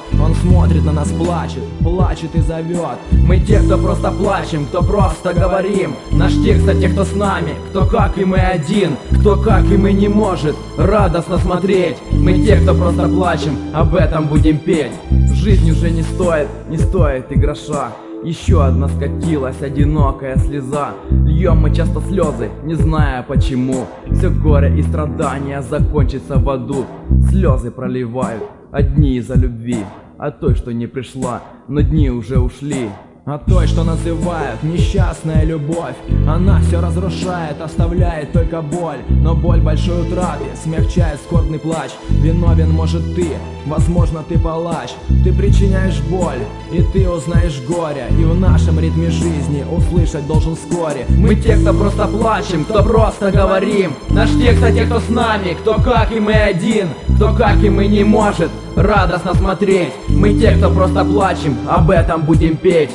Он смотрит на нас, плачет, плачет и зовет. Мы те, кто просто плачем, кто просто говорим. Наш текст о тех, кто с нами, кто как и мы один, кто как и мы не может радостно смотреть. Мы те, кто просто плачем, об этом будем петь. Жизнь уже не стоит и гроша. Еще одна скатилась одинокая слеза. Льем мы часто слезы, не зная почему. Все горе и страдания закончится в аду. Слезы проливают одни из-за любви, от той, что не пришла, но дни уже ушли. От той, что называют несчастная любовь. Она все разрушает, оставляет только боль. Но боль большой утраты смягчает скорбный плач. Виновен, может, ты, возможно, ты палач. Ты причиняешь боль, и ты узнаешь горе. И в нашем ритме жизни услышать должен вскоре. Мы те, кто просто плачем, кто просто говорим. Наш текст о тех, кто с нами, кто как и мы один, кто как и мы не может радостно смотреть. Мы те, кто просто плачем, об этом будем петь.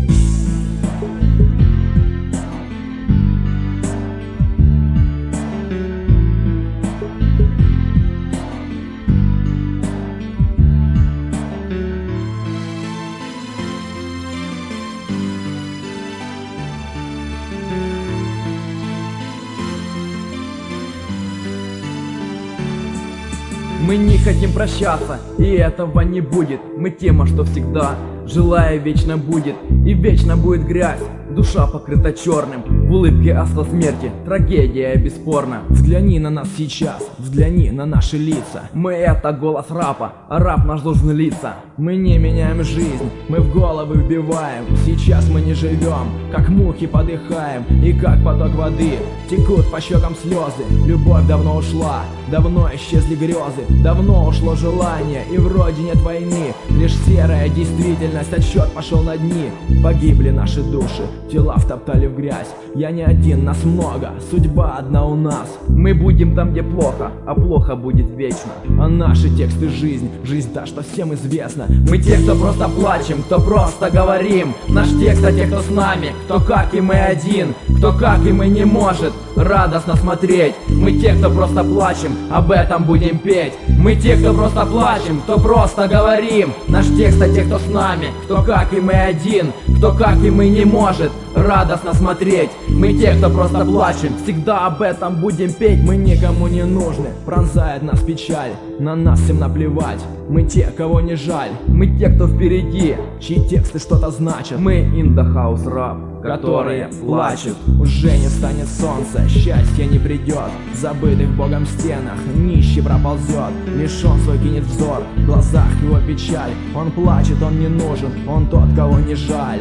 Мы не хотим прощаться, и этого не будет. Мы тема, что всегда жилая вечно будет. И вечно будет грязь, душа покрыта черным. В улыбке оскал смерти, трагедия бесспорна. Взгляни на нас сейчас, взгляни на наши лица. Мы это голос рапа, а рап наш должен литься. Мы не меняем жизнь, мы в головы вбиваем. Сейчас мы не живем, как мухи подыхаем. И как поток воды текут по щекам слезы. Любовь давно ушла, давно исчезли грезы. Давно ушло желание, и вроде нет войны. Лишь серая действительность, отсчет пошел на дни. Погибли наши души, тела втоптали в грязь. Я не один, нас много, судьба одна у нас. Мы будем там, где плохо, а плохо будет вечно. А наши тексты жизнь, жизнь та, что всем известна. Мы те, кто просто плачем, кто просто говорим. Наш текст о тех, кто с нами, кто как и мы один, кто как и мы не может радостно смотреть. Мы те, кто просто плачем, об этом будем петь. Мы те, кто просто плачем, кто просто говорим. Наш текст о тех, кто с нами, кто как и мы один, кто как и мы не может радостно смотреть. Мы те, кто просто плачем, всегда об этом будем петь. Мы никому не нужны, пронзает нас печаль, на нас всем наплевать. Мы те, кого не жаль, мы те, кто впереди, чьи тексты что-то значат. Мы in the house rap, которые плачут. Уже не станет солнца, счастье не придет. Забытых Богом стенах нищий проползет. Лишь он свой кинет взор, в глазах его печаль. Он плачет, он не нужен, он тот, кого не жаль.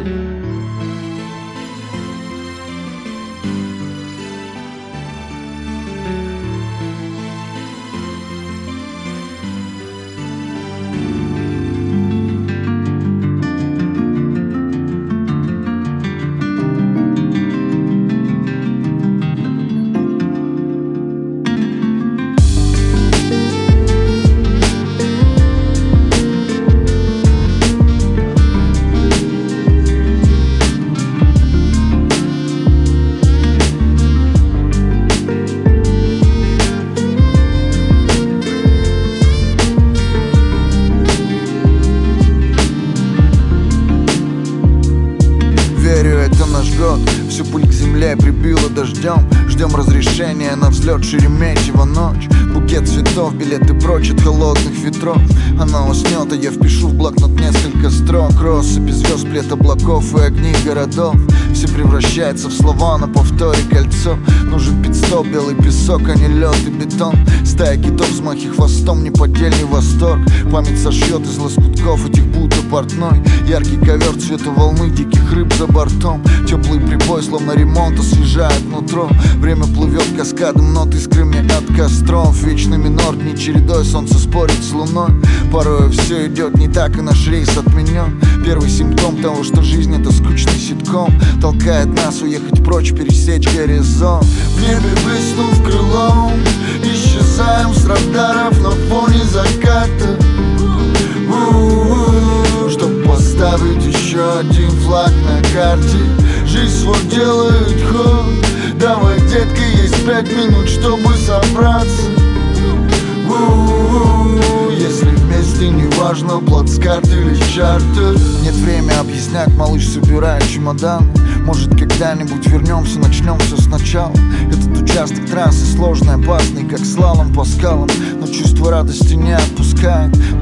Дождем, ждем разрешения на взлет Шереметьево ночь. Букет цветов, билеты прочь от холодных ветров. Она уснет, а я впишу в блокнот несколько строк. Россыпи звезд, плет облаков и огни городов. Все превращается в слова на повторе кольцо. Нужен пит-стоп, белый песок, а не лед и бетон. Стая китов, взмахи хвостом, неподдельный восторг. Память сошьет из лоскутков этих будто портной. Яркий ковер цвета волны, диких рыб за бортом. Теплый прибой, словно ремонт, освежает нутро. Время плывет каскадом нот искрами от костров. Вечный минор, дни чередой, солнце спорит с луной. Порой все идет не так, и наш рейс отменен. Первый симптом того, что жизнь это скучный ситком. Толкает нас уехать прочь, пересечь горизонт. В небе блеснув крылом, исчезаем с радаров на фоне заката. Чтоб поставить еще один флаг на карте. Жизнь свой делает ход. Давай, детка, есть 5 минут, чтобы собраться. если вместе, неважно, плацкарт или чартер. Нет времени объяснять, малыш, собирай чемоданы. Может, когда-нибудь вернемся, начнем все сначала. Этот участок трассы сложный, опасный, как слалом по скалам, но чувство радости не отпускает.